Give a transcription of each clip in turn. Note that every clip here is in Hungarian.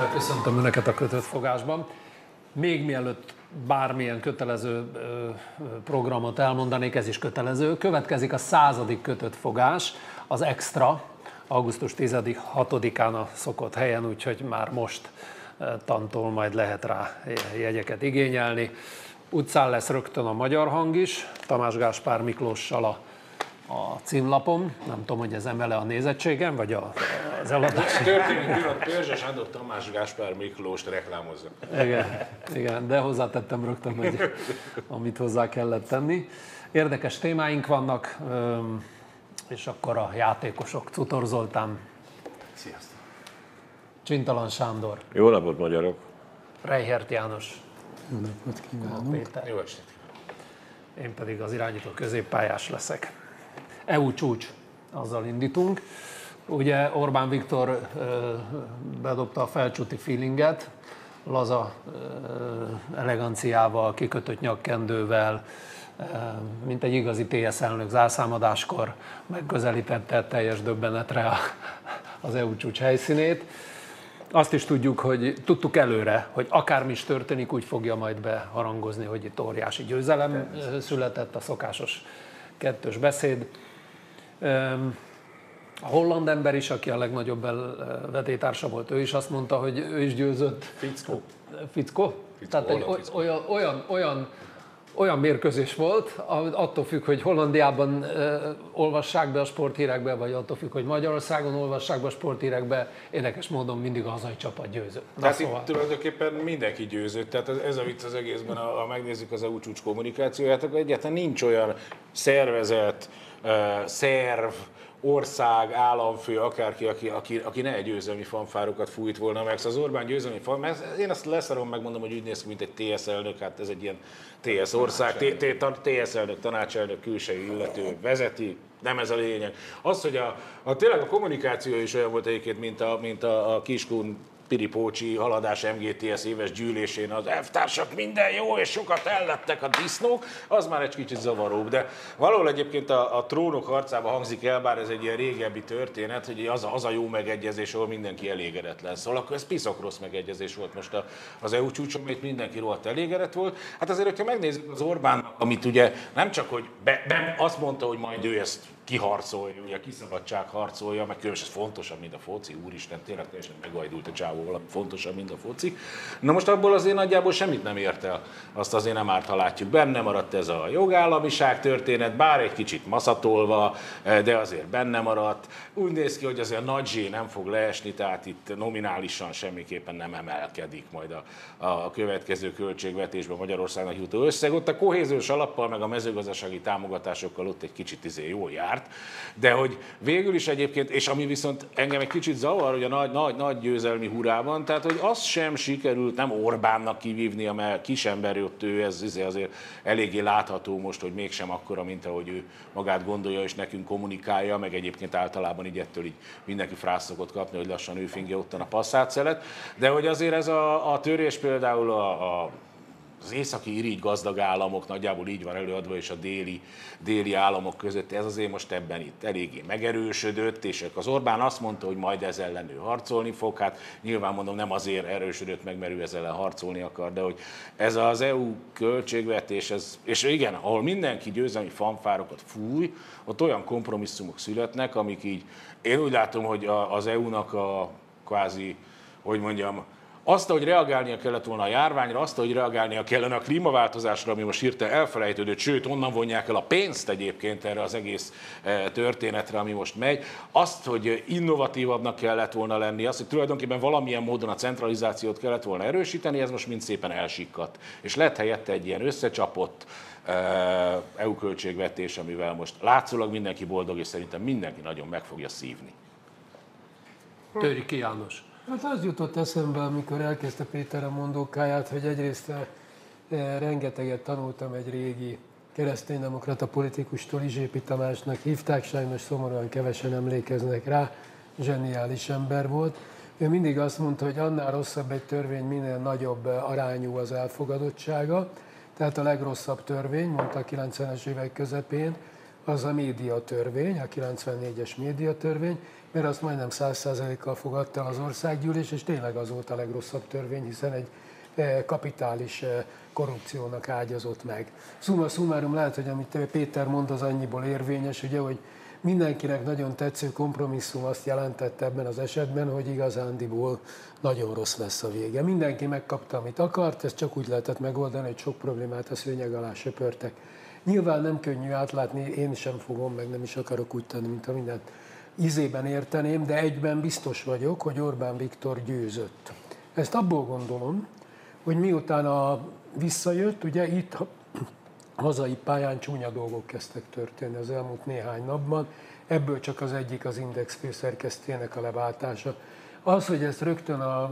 köszöntöm Önöket a Kötött Fogásban. Még mielőtt bármilyen kötelező programot elmondanék, ez is kötelező. Következik a 100. Kötött Fogás, az Extra, augusztus 10-6-án a szokott helyen, úgyhogy már most tantól majd lehet rá jegyeket igényelni. Utcán lesz rögtön a Magyar Hang is, Tamás Gáspár Miklóssal a címlapom. Nem tudom, hogy ez emele a nézettségem, vagy az eladás. Történik pillanat, Törzses adott Tamás Gáspár Miklóst reklámozza. Igen, de hozzátettem rögtön, hogy amit hozzá kellett tenni. Érdekes témáink vannak, és akkor a játékosok. Cutor Zoltán. Sziasztok. Csintalan Sándor. Jó napot, magyarok! Reichert János. Jó napot kívánok! Péter. Jó estét. Én pedig az irányító középpályás leszek. EU csúcs, azzal indítunk. Ugye Orbán Viktor bedobta a felcsúti feelinget, laza eleganciával, kikötött nyakkendővel, mint egy igazi TSZ elnök zárszámadáskor megközelítette teljes döbbenetre az EU csúcs helyszínét. Azt is tudtuk előre, hogy akármi is történik, úgy fogja majd beharangozni, hogy itt óriási győzelem született, a szokásos kettős beszéd. A holland ember is, aki a legnagyobb vetétársa volt, ő is azt mondta, hogy ő is győzött. Fickó? Tehát egy olyan mérkőzés volt, attól függ, hogy Hollandiában olvassák be a sporthírekbe, vagy attól függ, hogy Magyarországon olvassák be a sporthírekbe, érdekes módon mindig a hazai csapat győzött. Tehát szóval... itt tulajdonképpen mindenki győzött, tehát ez a vicc az egészben, ha megnézzük az EU csúcs kommunikációját, akkor egyáltalán nincs olyan szervezet, szerv, ország, államfő, akárki, aki ne egy győzelmi fanfárokat fújt volna meg. Szóval az Orbán győzelmi fanfár, én azt leszarom, megmondom, hogy úgy néz ki, mint egy TSZ elnök, hát ez egy ilyen TSZ ország, TSZ elnök, tanácselnök, külsejű illető vezeti, nem ez a lényeg. Az, hogy tényleg a kommunikáció is olyan volt egyébként, mint a Kiskun Piripócsi haladás MGTS éves gyűlésén, az elvtársak minden jó, és sokat ellettek a disznók, az már egy kicsit zavaróbb. De valahol egyébként a trónok harcába hangzik el, bár ez egy ilyen régebbi történet, hogy az a jó megegyezés, ahol mindenki elégedetlen. Szóval akkor ez piszok rossz megegyezés volt most az EU csúcson, amit mindenki rohadt elégedett volt. Hát azért, hogyha megnézzük az Orbán, amit ugye nem csak, hogy azt mondta, hogy majd ő ezt kiharcolja, ugye a kiszabadság harcolja, meg különösen ez fontosabb, mint a foci, úristen, tényleg teljesen megajdult a csávó, valami fontosabb, mint a foci. Na most abból azért nagyjából semmit nem ért el, azt azért nem árt, ha látjuk. Benne maradt ez a jogállamiság történet, bár egy kicsit maszatolva, de azért benne maradt. Úgy néz ki, hogy azért a nagy zsé nem fog leesni, tehát itt nominálisan semmiképpen nem emelkedik majd a következő költségvetésben Magyarországnak jutó összeg. Ott a kohéziós alappal, meg a mezőgazdasági támogatásokkal ott egy kicsit jól jár. De hogy végül is egyébként, és ami viszont engem egy kicsit zavar, hogy a nagy győzelmi hurában, tehát hogy azt sem sikerült nem Orbánnak kivívnia, mert kisember jött ő, ez azért eléggé látható most, hogy mégsem akkora, mint ahogy ő magát gondolja, és nekünk kommunikálja, meg egyébként általában így ettől így mindenki frász szokott kapni, hogy lassan ő fingja ottan a passzát szelet. De hogy azért ez a törés például az északi irigy gazdag államok, nagyjából így van előadva, és a déli államok között, ez azért most ebben itt eléggé megerősödött, és az Orbán azt mondta, hogy majd ezzel ellen ő harcolni fog, hát nyilván mondom, nem azért erősödött meg, mert ő ezzel ellen harcolni akar, de hogy ez az EU költségvetés, és igen, ahol mindenki győzelmi fanfárokat fúj, ott olyan kompromisszumok születnek, amik így, én úgy látom, hogy az EU-nak a kvázi, hogy mondjam, azt, hogy reagálnia kellett volna a járványra, azt, hogy reagálnia kellene a klímaváltozásra, ami most hirtelen elfelejtődött, sőt, onnan vonják el a pénzt egyébként erre az egész történetre, ami most megy. Azt, hogy innovatívabbnak kellett volna lenni, azt, hogy tulajdonképpen valamilyen módon a centralizációt kellett volna erősíteni, ez most mind szépen elsikkadt. És lett helyette egy ilyen összecsapott EU költségvetés, amivel most látszólag mindenki boldog, és szerintem mindenki nagyon meg fogja szívni. Töriki János. Hát az jutott eszembe, amikor elkezdte Péter a mondókáját, hogy egyrészt rengeteget tanultam egy régi kereszténydemokrata politikustól, Izsépi Tamásnak hívták, sajnos szomorúan kevesen emlékeznek rá, zseniális ember volt. Ő mindig azt mondta, hogy annál rosszabb egy törvény, minél nagyobb arányú az elfogadottsága. Tehát a legrosszabb törvény, mondta a 90-es évek közepén, az a médiatörvény, a 94-es médiatörvény, mert azt majdnem 100%-kal fogadta el az országgyűlés, és tényleg az volt a legrosszabb törvény, hiszen egy kapitális korrupciónak ágyazott meg. Summa summarum, lehet, hogy amit Péter mond, az annyiból érvényes, ugye, hogy mindenkinek nagyon tetsző kompromisszum azt jelentette ebben az esetben, hogy igazándiból nagyon rossz lesz a vége. Mindenki megkapta, amit akart, ezt csak úgy lehetett megoldani, hogy sok problémát a szőnyeg alá söpörtek. Nyilván nem könnyű átlátni, én sem fogom, meg nem is akarok úgy tenni, mint ha mindent ízében érteném, de egyben biztos vagyok, hogy Orbán Viktor győzött. Ezt abból gondolom, hogy miután visszajött, ugye itt hazai pályán csúnya dolgok kezdtek történni az elmúlt néhány napban, ebből csak az egyik az Index főszerkesztőjének a leváltása. Az, hogy ezt rögtön a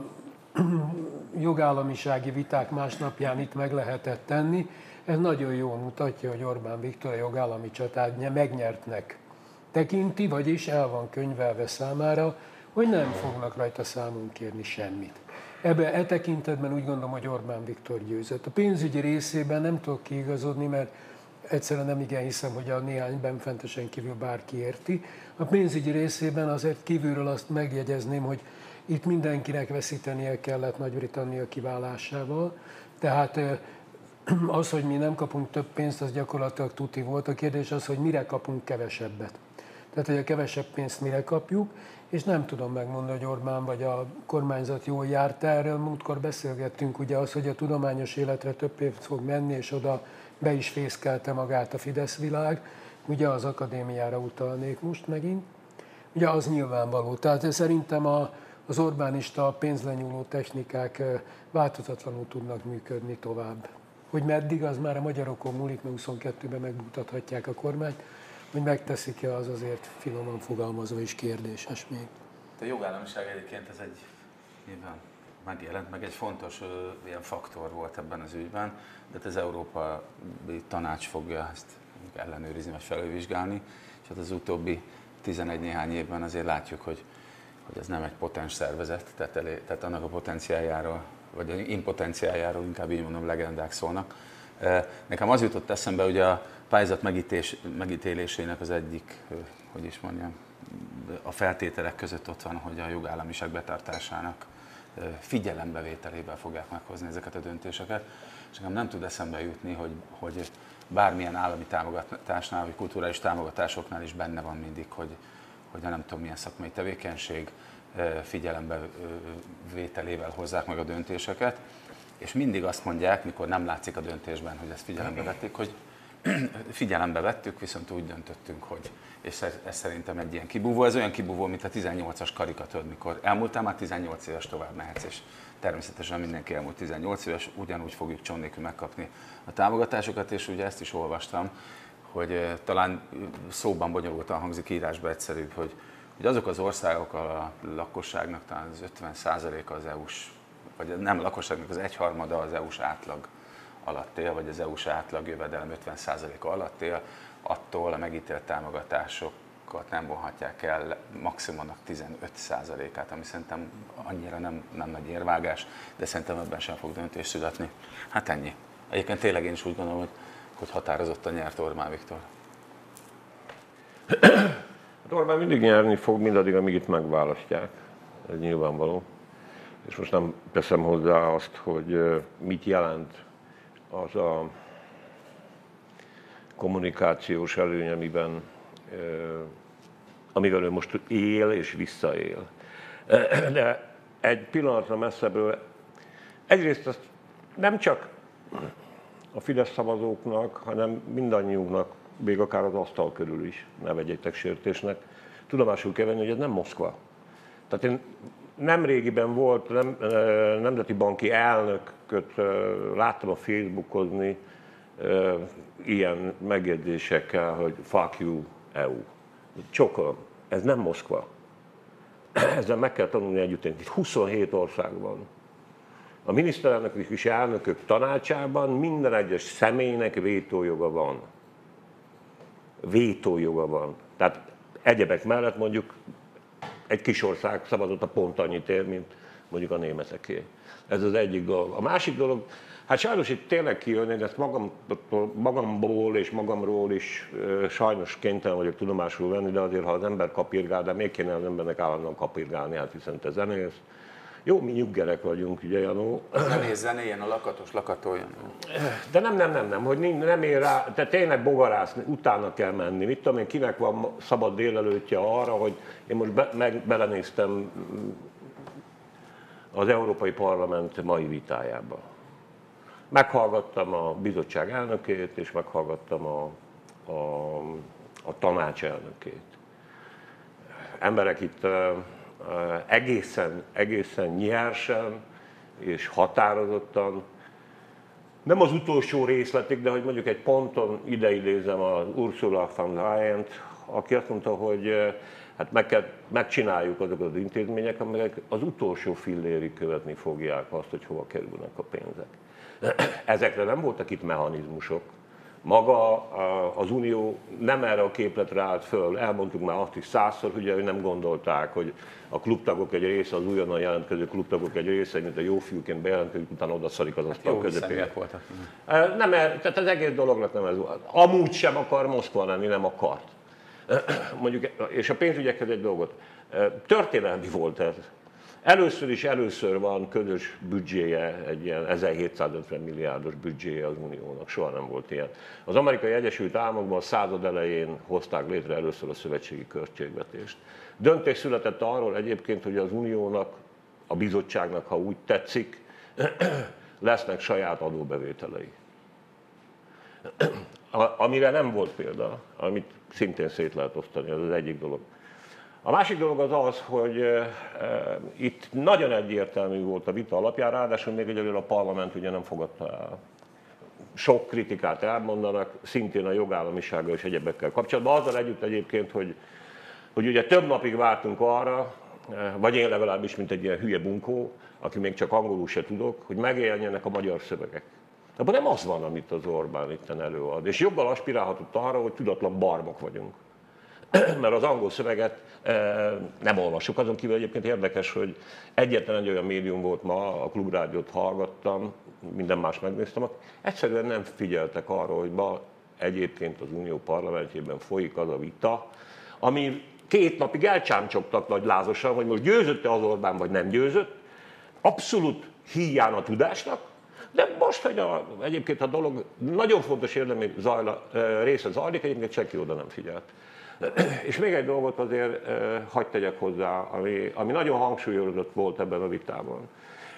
jogállamisági viták másnapján itt meg lehetett tenni, ez nagyon jól mutatja, hogy Orbán Viktor a jogállami csatát megnyertnek tekinti, vagyis el van könyvelve számára, hogy nem fognak rajta számon kérni semmit. E tekintetben úgy gondolom, hogy Orbán Viktor győzött. A pénzügyi részében nem tudok kiigazodni, mert egyszerűen nem igen hiszem, hogy a néhány benfentesen kívül bárki érti. A pénzügyi részében azért kívülről azt megjegyezném, hogy itt mindenkinek veszítenie kellett Nagy-Britannia kiválásával. Tehát az, hogy mi nem kapunk több pénzt, az gyakorlatilag tuti volt. A kérdés az, hogy mire kapunk kevesebbet. Tehát, hogy a kevesebb pénzt mire kapjuk, és nem tudom megmondani, hogy Orbán vagy a kormányzat jól járt. Erről múltkor beszélgettünk, ugye az, hogy a tudományos életre több pénzt fog menni, és oda be is fészkelte magát a Fidesz világ. Ugye az akadémiára utalnék most megint. Ugye az nyilvánvaló. Tehát szerintem az Orbánista pénzlenyúló technikák változatlanul tudnak működni tovább. Hogy meddig, az már a magyarokon múlik, mert 22-ben megmutathatják a kormányt, hogy megteszik-e, az azért finoman fogalmazva is kérdéses még. A jogállamiság egyébként ez egy nyilván megjelent, meg egy fontos ilyen faktor volt ebben az ügyben, de az Európai Tanács fogja ezt ellenőrizni, vagy felülvizsgálni, és hát az utóbbi 11 néhány évben azért látjuk, hogy ez nem egy potens szervezet, tehát annak a potenciáljáról, vagy impotenciájáról, inkább így mondom, legendák szólnak. Nekem az jutott eszembe, hogy a pályázat megítélésének az egyik, hogy is mondjam, a feltételek között ott van, hogy a jogállamiság betartásának figyelembevételével fogják meghozni ezeket a döntéseket. És nekem nem tud eszembe jutni, hogy bármilyen állami támogatásnál, vagy kulturális támogatásoknál is benne van mindig, hogy nem tudom milyen szakmai tevékenység figyelembevételével hozzák meg a döntéseket. És mindig azt mondják, mikor nem látszik a döntésben, hogy ezt figyelembe vették, hogy figyelembe vettük, viszont úgy döntöttünk, hogy. És ez szerintem egy ilyen kibúvó. Ez olyan kibúvó, mint a 18-as karikatőr, mikor elmúltál, már 18 éves tovább mehetsz, és természetesen mindenki elmúlt 18 éves, ugyanúgy fogjuk cson nélkül megkapni a támogatásokat, és ugye ezt is olvastam, hogy talán szóban bonyolultan hangzik, írásban egyszerűbb, hogy azok az országok, a lakosságnak talán az 50%-a az EU-s, vagy nem a lakosságnak az egyharmada az EU-s átlag alatt él, vagy az EU-s átlag jövedelem 50%-a alatt él, attól a megítélt támogatásokat nem vonhatják el maximum 15%-át, ami szerintem annyira nem nagy érvágás, de szerintem ebben sem fog döntés születni. Hát ennyi. Egyébként tényleg én is úgy gondolom, hogy határozottan nyert Orbán Viktor. Hát Orbán mindig nyerni fog, mindaddig, amíg itt megválasztják. Ez nyilvánvaló. És most nem teszem hozzá azt, hogy mit jelent az a kommunikációs előny, amivel ő most él és visszaél. De egy pillanatra messzebbről, egyrészt azt nem csak a Fidesz szavazóknak, hanem mindannyiunknak, még akár az asztal körül is, ne vegyétek sértésnek, tudomásul kell venni, hogy ez nem Moszkva. Tehát én nemrégiben volt nemzeti banki elnököt láttam a Facebookozni ilyen megjegyzésekkel, hogy fuck you EU. Csokolom, ez nem Moszkva. Ezzel meg kell tanulni együtt. Itt 27 ország van. A miniszterelnökök és elnökök tanácsában minden egyes személynek vétójoga van. Vétójoga van. Tehát egyebek mellett mondjuk egy kis ország szavazott a pont annyit ér, mint mondjuk a németeké. Ez az egyik dolog. A másik dolog, hát sajnos itt tényleg kijön, én ezt magamból és magamról is sajnos kénytelen vagyok tudomásul venni, de azért, ha az ember kapirgál, de még kéne az embernek állandóan kapirgálni, hát hiszen te zenész. Jó, mi nyuggerek vagyunk, ugye, Janó. Zenéjen a lakatos lakatoljon. De nem, hogy nem ér rá, te tényleg bogarászni, utána kell menni. Mit tudom én, kinek van szabad délelőttje arra, hogy én most belenéztem az Európai Parlament mai vitájába. Meghallgattam a bizottság elnökét, és meghallgattam a tanács elnökét. Emberek itt egészen nyersen és határozottan, nem az utolsó részletig, de hogy mondjuk egy ponton ideidézem az Ursula von Leyent, aki azt mondta, hogy hát megcsináljuk azokat az intézmények, amelyek az utolsó fillérig követni fogják azt, hogy hova kerülnek a pénzek. Ezekre nem voltak itt mechanizmusok. Maga az Unió nem erre a képletre állt föl, elmondtuk már azt is 100-szor, ugye, hogy nem gondolták, hogy a klubtagok egy része, az újonnan jelentkező klubtagok egy része, mint a jó fiúként bejelentkezik, utána odaszarik az asztal közepére. Voltak. Nem, tehát az egész dolognak nem ez volt. Amúgy sem akar Moszkva lenni, nem akart. Mondjuk, és a pénzügyekhez egy dolgot. Történelmi volt ez. Először van közös büdzséje, egy ilyen 1750 milliárdos büdzséje az Uniónak, soha nem volt ilyen. Az Amerikai Egyesült Államokban a század elején hozták létre először a szövetségi költségvetést. Döntés született arról egyébként, hogy az Uniónak, a bizottságnak, ha úgy tetszik, lesznek saját adóbevételei. Amire nem volt példa, amit szintén szét lehet osztani, az az egyik dolog. A másik dolog az az, hogy itt nagyon egyértelmű volt a vita alapján, ráadásul még egyelőre a parlament ugye nem fogadta el. Sok kritikát elmondanak, szintén a jogállamisággal és egyebekkel kapcsolatban. Azzal együtt egyébként, hogy ugye több napig vártunk arra, vagy én legalábbis, mint egy ilyen hülye bunkó, aki még csak angolul se tudok, hogy megjelenjenek a magyar szövegek. Abban nem az van, amit az Orbán itten előad. És joggal aspirálhatott arra, hogy tudatlan barmok vagyunk. Mert az angol szöveget nem olvasok. Azon kívül egyébként érdekes, hogy egyetlen egy olyan médium volt ma, a Klubrádiót hallgattam, minden más megnéztem, egyszerűen nem figyeltek arra, hogy ma egyébként az Unió parlamentjében folyik az a vita, ami 2 napig elcsámcsogtak nagy lázosan, hogy most győzött-e az Orbán, vagy nem győzött. Abszolút híján a tudásnak, de most, hogy egyébként a dolog nagyon fontos érdemi része zajlik, egyébként senki oda nem figyelt. És még egy dolgot azért hadd tegyek hozzá, ami nagyon hangsúlyozott volt ebben a vitában.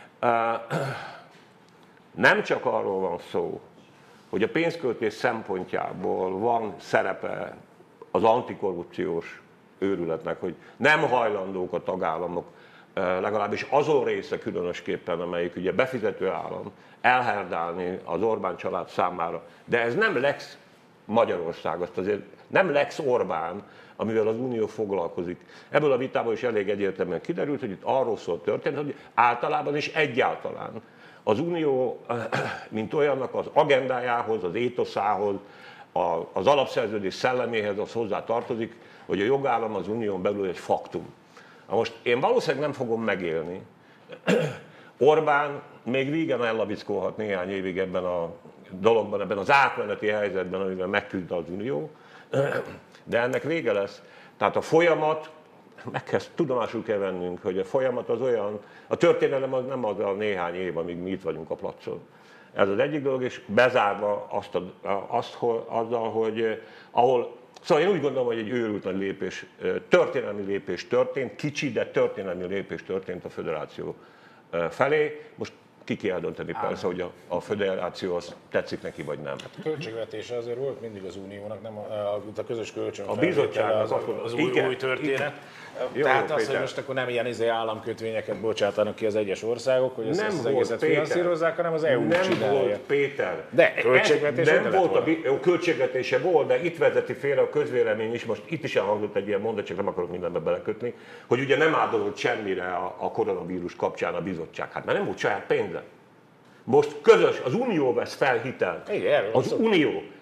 Nem csak arról van szó, hogy a pénzköltés szempontjából van szerepe az antikorrupciós őrületnek, hogy nem hajlandók a tagállamok, legalábbis azon része különösképpen, amelyik ugye befizető állam, elherdálni az Orbán család számára. De ez nem Lex Magyarország, azt azért nem Lex Orbán, amivel az Unió foglalkozik. Ebből a vitából is elég egyértelműen kiderült, hogy itt arról szól történet, hogy általában és egyáltalán az Unió, mint olyannak az agendájához, az étoszához, az alapszerződés szelleméhez az hozzá tartozik, hogy a jogállam az Unión belül egy faktum. Na most én valószínűleg nem fogom megélni. Orbán még vígan ellavickolhat néhány évig ebben a dologban, ebben az átmeneti helyzetben, amivel megküzd az Unió, de ennek vége lesz. Tehát a folyamat, tudomásul kell vennünk, hogy a folyamat az olyan, a történelem az nem az a néhány év, amíg mi itt vagyunk a placon. Ez az egyik dolog, és bezárva azzal, hogy ahol, szóval én úgy gondolom, hogy egy őrült nagy lépés, történelmi lépés történt, kicsi, de történelmi lépés történt a föderáció felé. Most ki kell eldönteni persze, hogy a föderáció az tetszik neki, vagy nem. A költségvetése azért volt mindig az Uniónak, nem a közös kölcsön a bizottságnak az új történet. Jó, tehát az, hogy most akkor nem ilyen államkötvényeket bocsátanak ki az egyes országok, hogy ezt az egészet finanszírozzák, hanem az EU nem csinálja. Volt, Péter. De költségvetése nem volt, a költségvetése volt, de itt vezeti félre a közvélemény is, most itt is elhangzott egy ilyen mondat, csak nem akarok mindenbe belekötni, hogy ugye nem áldozott semmire a koronavírus kapcsán a bizottság. Hát mert nem volt saját pénze. Most közös, az Unió vesz fel hitelt. Igen, az Unió.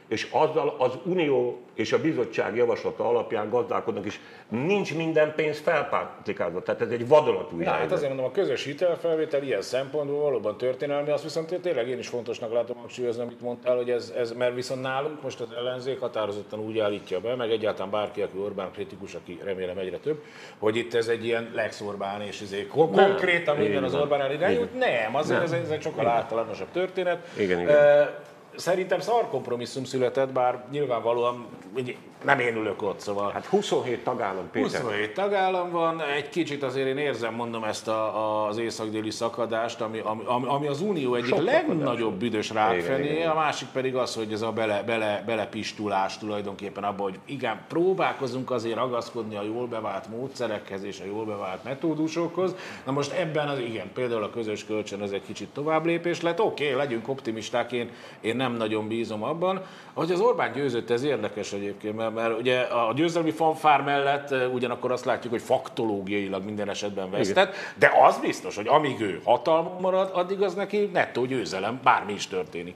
és azzal az Unió és a bizottság javaslata alapján gazdálkodnak is. Nincs minden pénz felpántlikázva, tehát ez egy vadonatúj Hát helyzet. azért mondom, a közös hitelfelvétel ilyen szempontból valóban történelmi, azt viszont tényleg én is fontosnak látom hangsúlyozni, amit mondtál, hogy ez mert viszont nálunk most az ellenzék határozottan úgy állítja be, meg egyáltalán bárki, aki Orbán kritikus, aki remélem egyre több, hogy itt ez egy ilyen Lex Orbán, és konkrétan minden az Orbán elirányult. Nem, azért ez egy sokkal általánosabb történet. Igen. Szerintem szar kompromisszum született, bár nyilvánvalóan nem én ülök ott, szóval... Hát 27 tagállam, Péter. 27 tagállam van, egy kicsit azért én érzem, mondom, ezt az észak-déli szakadást, ami az Unió egyik Sok legnagyobb büdös rákfené, Igen. a másik pedig az, hogy ez a belepistulás tulajdonképpen abban, hogy igen, próbálkozunk azért ragaszkodni a jól bevált módszerekhez és a jól bevált metódusokhoz. Na most ebben az igen, például a közös kölcsön ez egy kicsit tovább lépés lett. Oké, legyünk optimisták, én nem nagyon bízom abban. Hogy az Orbán győzött, ez érdekes egyébként, mert ugye a győzelmi fanfár mellett ugyanakkor azt látjuk, hogy faktológiailag minden esetben vesztett, de az biztos, hogy amíg ő hatalmon marad, addig az neki nettó győzelem, bármi is történik.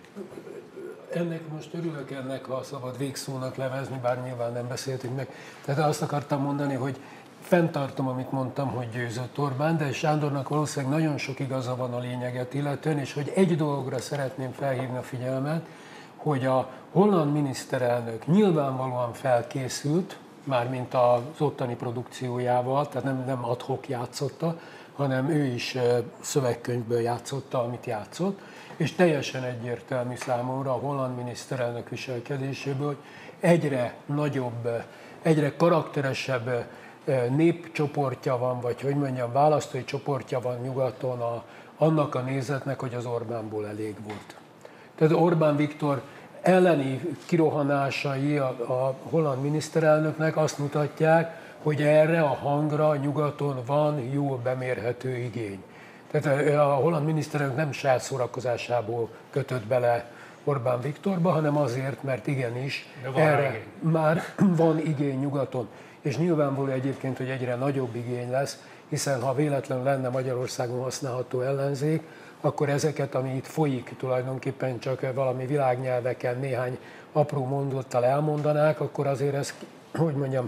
Ennek most örülök ennek, ha szabad végszónak levezni, bár nyilván nem beszéltünk meg. Tehát azt akartam mondani, hogy fenntartom, amit mondtam, hogy győzött Orbán, de Sándornak valószínűleg nagyon sok igaza van a lényeget illetően, és hogy egy dologra szeretném felhívni a figyelmet, hogy a holland miniszterelnök nyilvánvalóan felkészült, mármint az ottani produkciójával, tehát nem ad hoc játszotta, hanem ő is szövegkönyvből játszotta, amit játszott, és teljesen egyértelmű számomra a holland miniszterelnök viselkedéséből, hogy egyre nagyobb, egyre karakteresebb népcsoportja van, vagy hogy mondjam, választói csoportja van nyugaton annak a nézetnek, hogy az Orbánból elég volt. Tehát Orbán Viktor elleni kirohanásai a holland miniszterelnöknek azt mutatják, hogy erre a hangra nyugaton van jól bemérhető igény. Tehát a holland miniszterelnök nem saját szórakozásából kötött bele Orbán Viktorba, hanem azért, mert igenis erre már van igény nyugaton. És nyilvánvaló egyébként, hogy egyre nagyobb igény lesz, hiszen ha véletlenül lenne Magyarországon használható ellenzék, akkor ezeket, ami itt folyik, tulajdonképpen csak valami világnyelveken néhány apró mondattal elmondanák, akkor azért ez, hogy mondjam,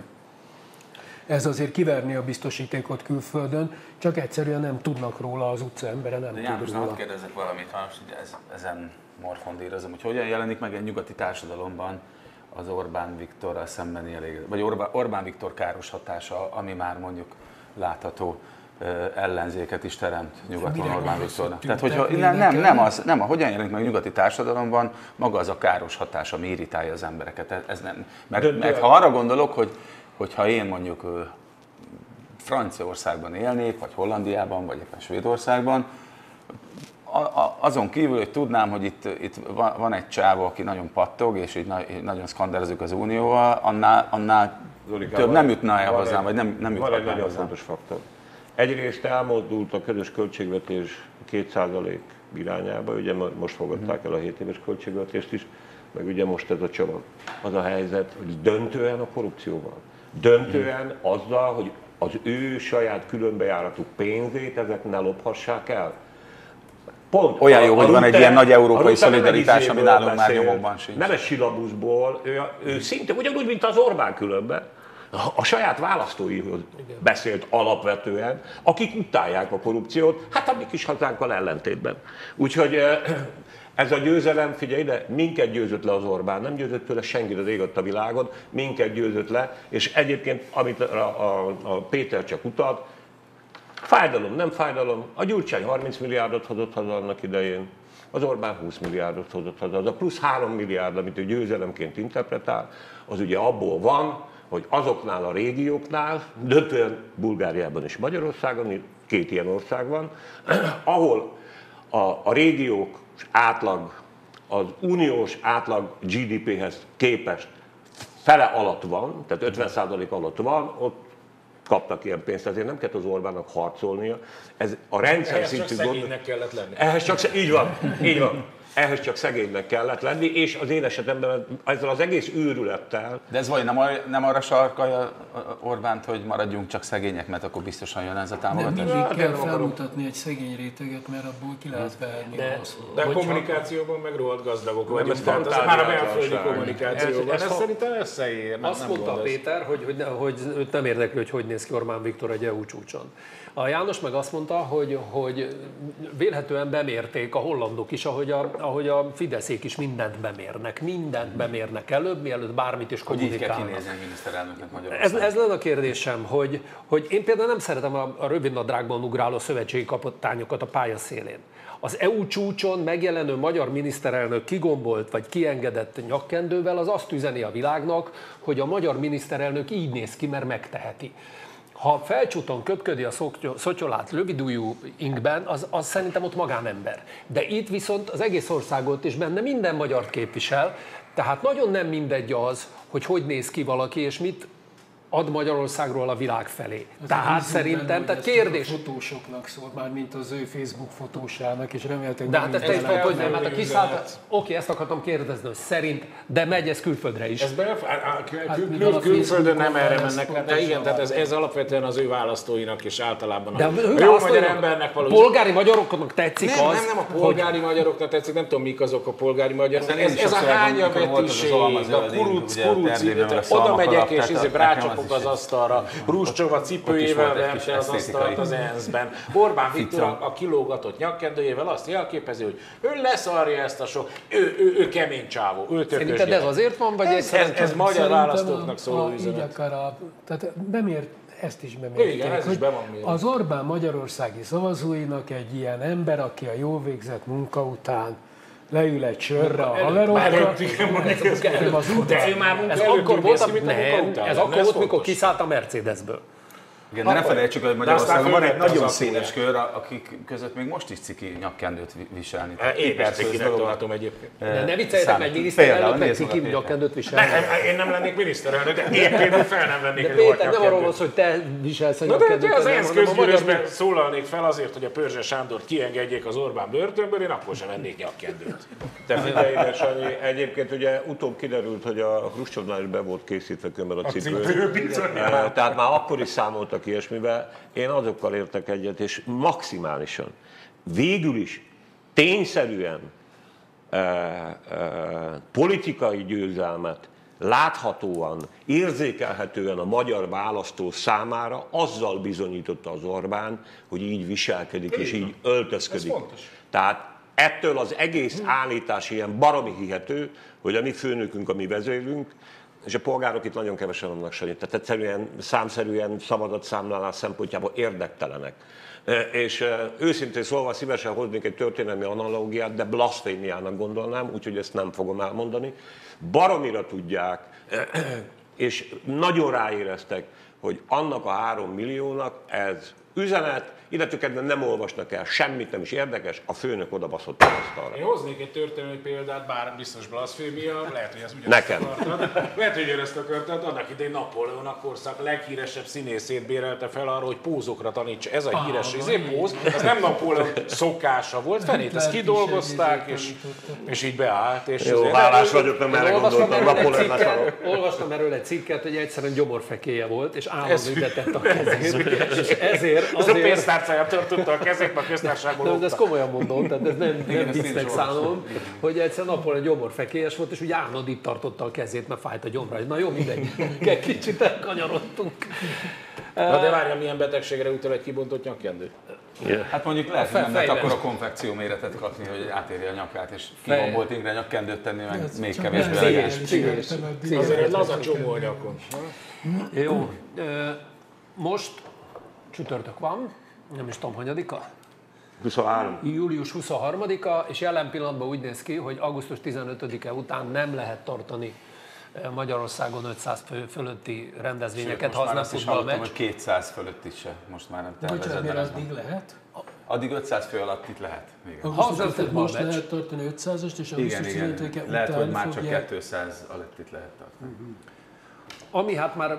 ez azért kiverni a biztosítékot külföldön, csak egyszerűen nem tudnak róla, az utca embere nem tud róla. Hadd kérdezzek valamit, ha most ezen morfondírozom, hogy hogyan jelenik meg egy nyugati társadalomban az Orbán Viktorral szembeni vagy Orbán Viktor káros hatása, ami már mondjuk látható ellenzéket is teremt nyugaton Orbán Viktornak. Tehát, hogyha hogyan jelenik meg a nyugati társadalomban maga az a káros hatás, ami irritálja az embereket. Ez nem, mert ha arra gondolok, hogyha én mondjuk Franciaországban élnék, vagy Hollandiában, vagy éppen Svédországban, azon kívül, hogy tudnám, hogy itt van egy csávó, aki nagyon pattog, és így nagyon szkandározik az Unióval, annál több nem jutna el hozzám, vagy nem jutna Van egy nagyon hozzám. fontos faktor. Egyrészt elmozdult a közös költségvetés 2% irányába, ugye most fogadták el a 7 éves költségvetést is, meg ugye most ez a csomag. Az a helyzet, hogy döntően a korrupcióval, döntően azzal, hogy az ő saját különbejáratuk pénzét ezek ne lophassák el. Pont. Olyan jó, hogy van egy ilyen nagy európai szolidaritás, ami nálunk már beszél, nyomokban sincs. Nem egy silabuszból, ő szinte ugyanúgy, mint az Orbán különben. A saját választóihoz beszélt alapvetően, akik utálják a korrupciót, hát a mi kis hazánkkal ellentétben. Úgyhogy ez a győzelem, figyelj ide, minket győzött le az Orbán, nem győzött tőle senkit az ég a világon, minket győzött le, és egyébként, amit a Péter csak utalt, fájdalom, nem fájdalom, a Gyurcsány 30 milliárdot hozott haza annak idején, az Orbán 20 milliárdot hozott haza, az a plusz 3 milliárd, amit ő győzelemként interpretál, az ugye abból van, hogy azoknál a régióknál, döntően Bulgáriában és Magyarországon, 2 ilyen ország van, ahol a régiók átlag, az uniós átlag GDP-hez képest fele alatt van, tehát 50% alatt van, ott kaptak ilyen pénzt, ezért nem kellett az Orbánnak harcolnia. Ez a rendszer Ehhez szintű csak szegénynek kellett lenni. Ehhez csak így van, így van. ehhez csak szegénynek kellett lenni, és az én esetemben ezzel az egész őrülettel... De ez vagy nem arra sarkalja Orbánt, hogy maradjunk csak szegények, mert akkor biztosan jön ez a támogatás? Nem mindig kell felmutatni egy szegény réteget, mert abból ki lehet verni a haszonot. De a kommunikációban meg rohadt gazdagok vagyunk. ez Tehát ez már a belföldi fantázia. kommunikációban. Ez szerintem összeér. Azt mondta Péter, hogy őt nem érdekli, hogy néz ki Orbán Viktor egy EU csúcson. A János meg azt mondta, hogy vélhetően bemérték a hollandok is, ahogy a Fideszék is mindent bemérnek előbb, mielőtt bármit is kommunikálnak. Hogy így kell kinézni a miniszterelnöknek Magyarországon. Ez lenne a kérdésem, hogy én például nem szeretem a rövidnadrágban ugráló szövetségi kapitányokat a pályaszélén. Az EU csúcson megjelenő magyar miniszterelnök kigombolt vagy kiengedett nyakkendővel az azt üzeni a világnak, hogy a magyar miniszterelnök így néz ki, mert megteheti. Ha felcsúton köpködi a szotyolát rövidújú inkben, az szerintem ott magánember. De itt viszont az egész országot és benne minden magyart képvisel, tehát nagyon nem mindegy az, hogy néz ki valaki, és mit ad Magyarországról a világ felé. Tehát szerintem, tehát kérdés... A fotósoknak szól, már mint az ő Facebook fotósának, és remélhetőleg... De hát ezt te is mondod, hogy nem, hát a kiszállt... Oké, ezt akartam kérdezni, hogy szerint, de megy ez külföldre is. Ez külföldön nem erre mennek, de igen, tehát ez alapvetően az ő választóinak és általában a jó magyar embernek való... Polgári magyaroknak tetszik az... Nem a polgári magyaroknak tetszik, nem tudom mik azok a polgári magyarok. Ez a hányavetiség, a kuruci, oda megyek és rácsapok az asztalra, Hruscsov a cipőjével verte az asztalt az ENSZ-ben. Orbán Viktor a kilógatott nyakkendőjével azt jelképezi, hogy ő leszarja ezt a sok, ő kemény csávó, ő tökös. Szerinted ez azért van, vagy ez magyar választóknak szóló üzenet? Tehát bemért, ezt is bemérték, igen, ez is be van mérve. Az Orbán magyarországi szavazóinak egy ilyen ember, aki a jól végzett munka után leül egy sörre a haverokkal. Ez akkor volt, mikor kiszállt a Mercedesből. Igen, de ne felejtsük, hogy Magyarországon van egy nagyon széles kör, akik között még most is ciki nyakkendőt viselni. Én is cikinek tartom egyébként. De ne vicceljetek meg, miniszterelnök ciki nyakkendőt viselni. Én nem lennék miniszterelnök, de én például fel nem vennék egy Péter, nem arról van szó, hogy te viselsz a nyakkendőt. De az ENSZ közgyűlésben szólalnék fel azért, hogy a Pörzse Sándort kiengedjék az Orbán börtönből, én akkor sem vennék nyakkendőt. Te figyelj ide, Sanyi, egyébként ugye utóbb kiderült, hogy a Hruscsovnál is be volt készítve kömmel a cipő. Tehát már akkor is számoltak ilyesmivel. Én azokkal értek egyet, és maximálisan. Végül is tényszerűen politikai győzelmet láthatóan, érzékelhetően a magyar választó számára azzal bizonyította az Orbán, hogy így viselkedik és így öltözködik. Tehát ettől az egész állítás ilyen baromi hihető, hogy a mi főnökünk, a mi vezérünk, és a polgárok itt nagyon kevesen vannak, Sanyi. Tehát egyszerűen számszerűen szavazatszámlálás szempontjából érdektelenek. És őszintén szólva szívesen hoznék egy történelmi analógiát, de blaszfémiának gondolnám, úgyhogy ezt nem fogom elmondani. Baromira tudják, és nagyon ráéreztek, hogy annak a 3 milliónak ez üzenet, illetve nem olvasnak el semmit, nem is érdekes, a főnök odabaszott az asztalra. Én hoznék egy történelmi példát, bár biztos blaszfémia, lehet, hogy ez ugyanezt Nekem. akartad. Lehet, hogy ugyanezt akartad, annak idején Napóleon a korszak leghíresebb színészét bérelte fel arra, hogy pózokra tanítsa. Ez a híres póz, ez nem Napóleon szokása volt, fenét ezt kidolgozták, és így beállt. És jó, hálás vagyok, nem erre gondoltam, Napóleonnak. Olvastam erről egy cikket, hogy egyszerűen gyomorfekéje volt, és állandóan ütetett a kezét. És ezért... Ez a pénztárcáját tartotta a kezébe a köztárságból. Nem, de ezt komolyan mondom, tehát ez nem viccnek szánom, hogy egyszer Napóleon gyomorfekélyes volt, és úgy állandóan itt tartotta a kezét, mert fájt a gyomra. Na jó, mindegy, kicsit elkanyarodtunk. Na de várja, milyen betegségre utal egy kibontott nyakkendő? Hát mondjuk lehet, hogy nem lehet akkor a konfekció méretet kapni, hogy átérje a nyakát, és kigombolt ingre nyakkendőt tenni, meg még kevésbé elegáns. Azért egy laza csomó a nyakon. Jó, most csütörtök van, nem is tudom, hanyadika? 23. Július 23-a, és jelen pillanatban úgy néz ki, hogy augusztus 15-e után nem lehet tartani Magyarországon 500 fő fölötti rendezvényeket, ha az nem futballmeccs. Hogy 200 fölött is se, most már nem tervezett. Bocsánat, addig lehet? Addig 500 fő alatt itt lehet. Most lehet tartani 500-ast, és augusztus 15-e után lehet, hogy már csak 200 alatt itt lehet tartani. Ami hát már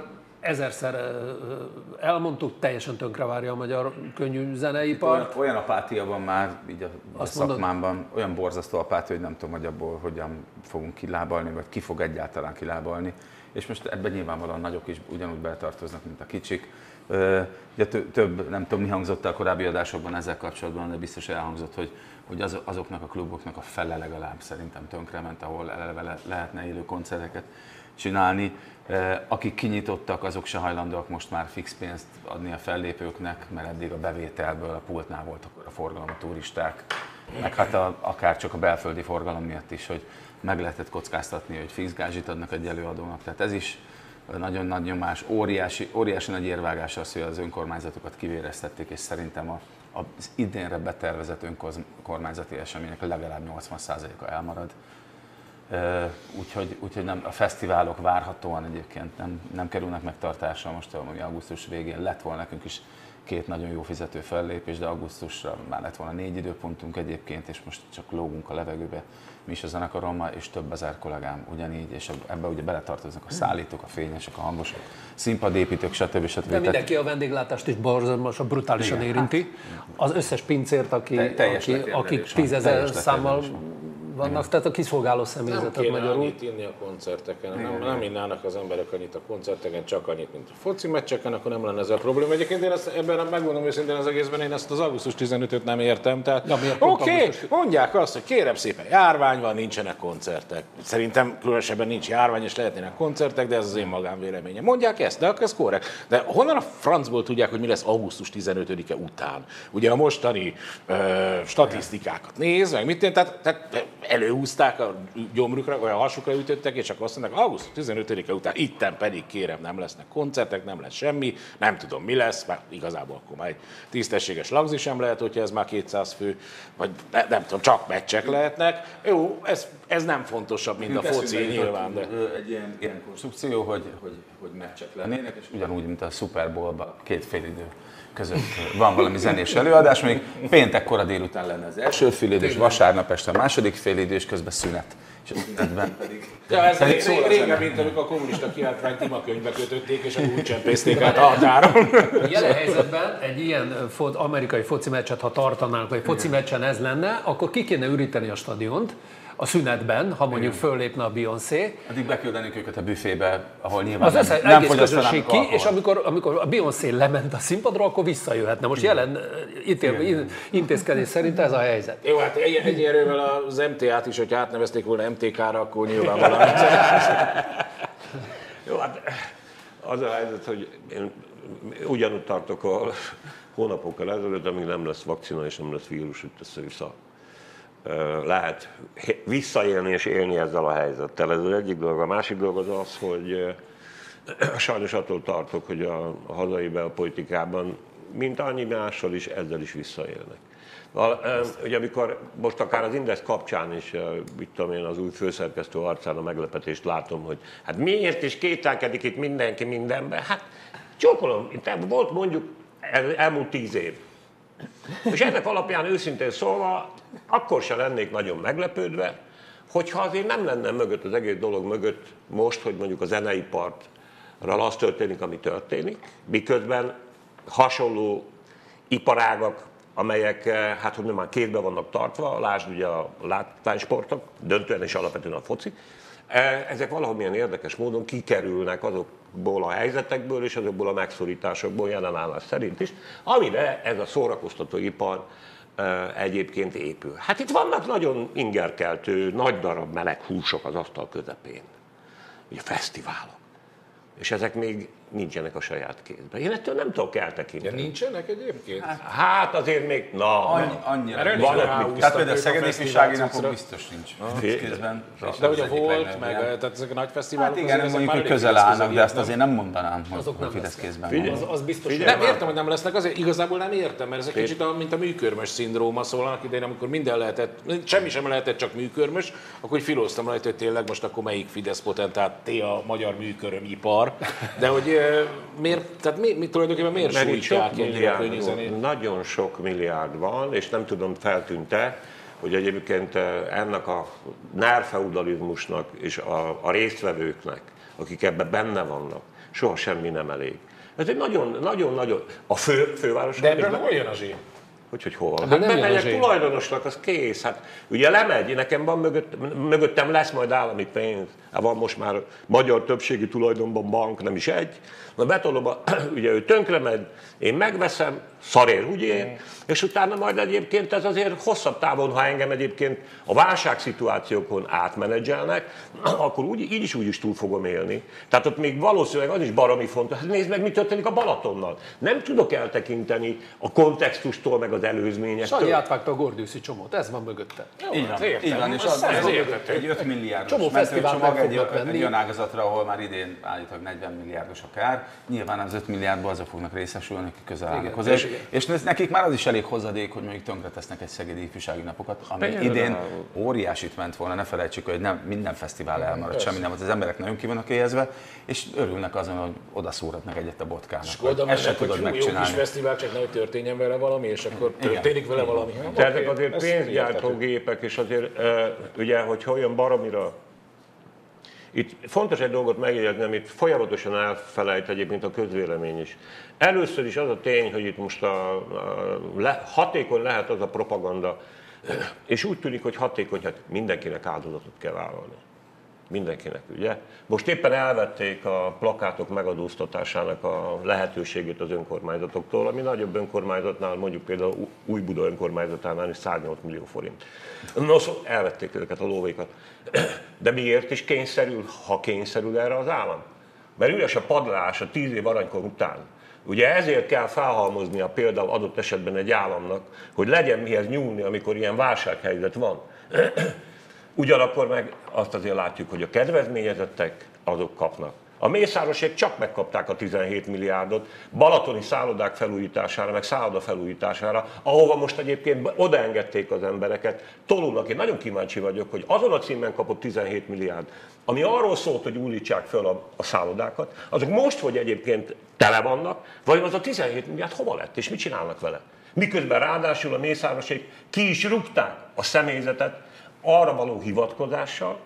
ezerszer elmondtuk, teljesen tönkrevárja a magyar könnyű zeneipart. Olyan apátia van már így a szakmámban, mondod, olyan borzasztó apátia, hogy nem tudom, hogy abból hogyan fogunk kilábalni, vagy ki fog egyáltalán kilábalni. És most ebben nyilvánvalóan nagyok is ugyanúgy beletartoznak, mint a kicsik. Ugye több, nem tudom, mi hangzott el a korábbi adásokban ezzel kapcsolatban, de biztos elhangzott, hogy azoknak a kluboknak a fele legalább szerintem tönkrement, ahol eleve lehetne élő koncerteket csinálni. Akik kinyitottak, azok se hajlandóak most már fix pénzt adni a fellépőknek, mert eddig a bevételből a pultnál voltak a forgalom, a turisták, meg hát akár csak a belföldi forgalom miatt is, hogy meg lehetett kockáztatni, hogy fix gázsit adnak egy előadónak. Tehát ez is nagyon nagy nyomás, óriási nagy érvágás az, hogy az önkormányzatokat kivéreztették, és szerintem az idénre betervezett önkormányzati események legalább 80%-a elmarad. Úgyhogy nem, a fesztiválok várhatóan egyébként nem kerülnek megtartásra. Most augusztus végén lett volna nekünk is 2 nagyon jó fizető fellépés, de augusztusra már lett volna 4 időpontunk egyébként, és most csak lógunk a levegőbe mi is a zenekarommal, és több ezer kollégám ugyanígy, és ebbe ugye beletartoznak a szállítók, a fényesek, a hangosok, színpadépítők, stb. De mindenki a vendéglátást is borzalmasan, brutálisan érinti. Az összes pincért, akik 10 000 számmal vannak, tehát a kiszolgáló személyzetet magyarul. magyarul. Nem kéne annyit inni a koncerteken, nem innának az emberek annyit a koncerteken, csak annyit, mint a foci meccseken, akkor nem lenne ez a probléma. Egyébként én ebben megmondom őszintén az egészben, én ezt az augusztus 15-öt nem értem. Tehát oké, mondják azt, hogy kérem szépen, járvány van, nincsenek koncertek. Szerintem különösebben nincs járvány, és lehetnének koncertek, de ez az én magánvéleményem. Mondják ezt, de akkor ez korrekt. De honnan a francból tudják, hogy mi lesz augusztus 15-e után? Ugye a mostani statisztikákat néz, meg mit tehát előhúzták a gyomrukra, vagy a hasukra ütöttek, és akkor azt mondták, augusztus 15-e után itten pedig kérem, nem lesznek koncertek, nem lesz semmi, nem tudom mi lesz, mert igazából akkor már egy tisztességes lagzi sem lehet, hogyha ez már 200 fő, vagy nem tudom, csak meccsek lehetnek. Jó, ez nem fontosabb, mint a foci nyilván. De... Egy ilyen konstrukció, hogy meccsek lennének, és ugyanúgy, mint a Super Bowl-ban 2 félidő között van valami zenés előadás, még péntek kora délután lenne az első félidő, és vasárnap este a második félidő, és közben szünet. És a szünetben pedig... Ja, ez régen, mint amikor a kommunista kiáltványt imakönyvbe kötötték, és akkor úgy csempészték át a határon. Jelen helyzetben egy ilyen amerikai foci meccset, ha tartanánk, vagy foci meccsen ez lenne, akkor ki kéne üríteni a stadiont a szünetben, ha mondjuk föllépne a Beyoncé. Addig beküldenénk őket a büfébe, ahol nyilván az nem egész közönség ki, és amikor a Beyoncé lement a színpadra, akkor visszajöhetne. Most jelen intézkedés szerint ez a helyzet. Jó, hát egy erővel az MTA-t is, hogyha átnevezték volna MTK-ra, akkor nyilván valami. Jó, hát az a helyzet, hogy én ugyanúgy tartok a hónapokkal ezelőtt, amíg nem lesz vakcina és nem lesz vírus, itt össze-vissza lehet visszaélni és élni ezzel a helyzettel. Ez az egyik dolog. A másik dolog az az, hogy sajnos attól tartok, hogy a hazai belpolitikában, mint annyi mással is, ezzel is visszaélnek. Ugye amikor most akár az Index kapcsán is, mit tudom én, az új főszerkesztő arcán a meglepetést látom, hogy hát miért is kételkedik itt mindenki mindenben? Hát csókolom, itt volt mondjuk elmúlt 10 év. És ennek alapján őszintén szólva, akkor sem lennék nagyon meglepődve, hogyha azért nem lenne mögött, az egész dolog mögött most, hogy mondjuk a zeneiparral az történik, ami történik, miközben hasonló iparágak, amelyek, hát hogy már kétbe vannak tartva, lásd ugye a látványsportok, döntően és alapvetően a foci, ezek valamilyen érdekes módon kikerülnek azokból a helyzetekből és azokból a megszorításokból jelenállás szerint is, amire ez a szórakoztatóipar egyébként épül. Hát itt vannak nagyon ingerkeltő, nagy darab meleg húsok az asztal közepén. Ugye fesztiválok. És ezek még nincsenek a saját kézben. Én ettől nem tudok eltekinteni. Ja, nincsenek egyébként? Hát azért még, annyira. Tehát például a Szegedi Ifjúsági Napok biztos nincs kézben. De ugye volt, meg tehát ezek a nagy fesztiválok. Hát igen, mondjuk, hogy közel állnak, de ezt azért nem mondanám, hogy Fidesz kézben van. Az biztos. Nem értem, hogy nem lesznek, azért igazából nem értem, mert ez egy kicsit mint a műkörmös szindróma, szóval annak idején, amikor minden lehetett, semmi sem lehetett, csak műkörmös, akkor úgy filóztam rajta, hogy tényleg most akkor melyik Fidesz potentát a magyar műkörömipar. De hogy miért, tehát tulajdonképpen miért sújtják ennyire a könnyű zenét? Nagyon sok milliárd van, és nem tudom, feltűnt-e, hogy egyébként ennek a nerfeudalizmusnak és a résztvevőknek, akik ebben benne vannak, soha semmi nem elég. Ez egy nagyon-nagyon, a főváros... De ebből hol jön a zsír? Hogy hol van? De Hát nem jön a bemegyek zsír. tulajdonosnak, az kész. Hát ugye lemegy, nekem van mögöttem lesz majd állami pénz. Hát van most már magyar többségi tulajdonban bank, nem is egy. Na betolom, ugye ő tönkre megy, én megveszem, szarér úgy ér, és utána majd egyébként ez azért hosszabb távon, ha engem egyébként a válságszituációkon átmenedzselnek, akkor így is túl fogom élni. Tehát ott még valószínűleg az is baromi fontos. Hát nézd meg, mi történik a Balatonnal. Nem tudok eltekinteni a kontextustól, meg az előzményektől. Sanyi átvágta a Gordiuszi csomót, ez van mögötte. Így van, értem. így van, és Azt az értettem. egy 5 milliárdos Csomó fesztivált mentőcsomag meg fognak venni. egy olyan ágazatra, ahol már idén állítólag 40 milliárdos a kár. Nyilván az 5 milliárdból azok fognak részesülni, akik közel állnak hozzá. És nekik már az is elég hozadék, hogy mondjuk tönkretesznek egy szegedi ifjúsági napokat, ami idén óriásit ment volna, ne felejtsük, hogy nem minden fesztivál elmaradt, semmi nem volt. Az emberek nagyon ki vannak éhezve, és örülnek azon, hogy odaszúrhatnak egyet a botkának. Ezt se tudod megcsinálni. Jó kis fesztivál, csak nem történjen vele valami, és akkor történik vele valami. De ezek azért pénzgyártó gépek, és azért ugye, hogy olyan baromira. Itt fontos egy dolgot megjegyezni, amit folyamatosan elfelejt egyébként a közvélemény is. Először is az a tény, hogy itt most hatékony lehet az a propaganda, és úgy tűnik, hogy hatékony, hát mindenkinek áldozatot kell vállalni. Mindenkinek, ugye? Most éppen elvették a plakátok megadóztatásának a lehetőségét az önkormányzatoktól, ami nagyobb önkormányzatnál, mondjuk például Újbuda önkormányzatánál is 108 millió forint. Nos, elvették őket a lóvékat. De miért is kényszerül, ha kényszerül erre az állam? Mert üres a padlás a 10 év aranykor után. Ugye ezért kell felhalmoznia például adott esetben egy államnak, hogy legyen mihez nyúlni, amikor ilyen válsághelyzet van. Ugyanakkor meg azt azért látjuk, hogy a kedvezményezettek azok kapnak. A mészárosék csak megkapták a 17 milliárdot balatoni szállodák felújítására, meg szálloda felújítására, ahova most egyébként odaengedték az embereket. Tolónak én nagyon kíváncsi vagyok, hogy azon a címen kapott 17 milliárd, ami arról szólt, hogy újítsák fel a szállodákat, azok most, hogy egyébként tele vannak, vagy az a 17 milliárd hova lett, és mit csinálnak vele? Miközben ráadásul a mészárosék ki is rúgták a személyzetet, arra való hivatkozással,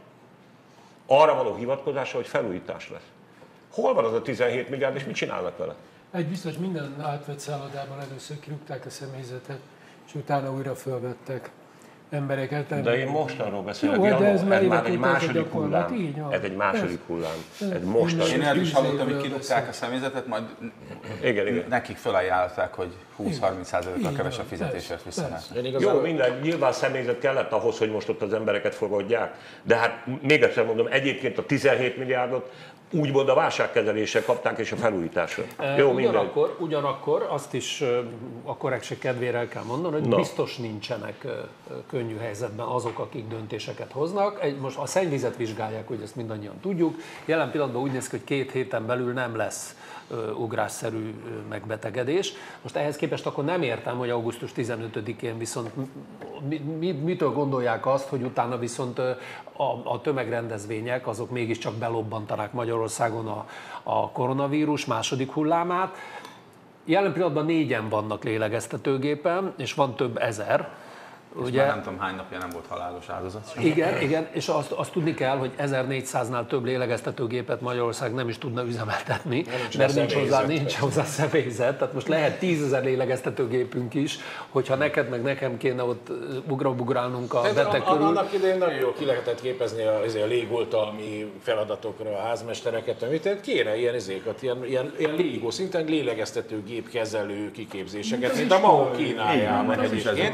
hogy felújítás lesz. Hol van az a 17 milliárd, és mit csinálnak vele? Egy biztos, minden átvett szállodában először kirúgták a személyzetet, és utána újra fölvettek embereket. De én most arról beszélek, jó, de ez már már egy második hullám. Ez egy második hullám. Ez most Én el is hallottam, hogy kirúgták a személyzetet, majd igen. nekik felajánlották, hogy 20-30%-kal kevesebb fizetésért visszanek. Jó, minden, nyilván személyzet kellett ahhoz, hogy most ott az embereket fogadják, de hát még egyszer mondom, egyébként a 17 milliárdot úgymond a válságkezelésre kapták és a felújításra. Jó, ugyanakkor azt is a korrektség kedvére el kell mondani, hogy biztos nincsenek könnyű helyzetben azok, akik döntéseket hoznak. Most a szennyvizet vizsgálják, hogy ezt mindannyian tudjuk. Jelen pillanatban úgy néz ki, hogy 2 héten belül nem lesz ugrásszerű megbetegedés. Most ehhez képest akkor nem értem, hogy augusztus 15-én viszont mitől gondolják azt, hogy utána viszont a tömegrendezvények azok mégiscsak belobbantanák Magyarországon a koronavírus második hullámát. Jelen pillanatban 4-en vannak lélegeztetőgépen, és van több ezer. Ugye? Már nem tudom, hány napja nem volt halálos áldozat. Igen, és azt tudni kell, hogy 1400-nál több lélegeztetőgépet Magyarország nem is tudna üzemeltetni, mert nincs hozzá személyzet. Tehát most lehet 10 000 lélegeztetőgépünk is, hogyha neked meg nekem kéne ott ugrabugrálnunk a beteg körül. Annak idején nagyon jól ki lehetett képezni a légoltalmi feladatokra a házmestereket, amit kéne ilyen légó szinten lélegeztetőgép kezelő kiképzéseket, mint a MAO Kínájában egyébként.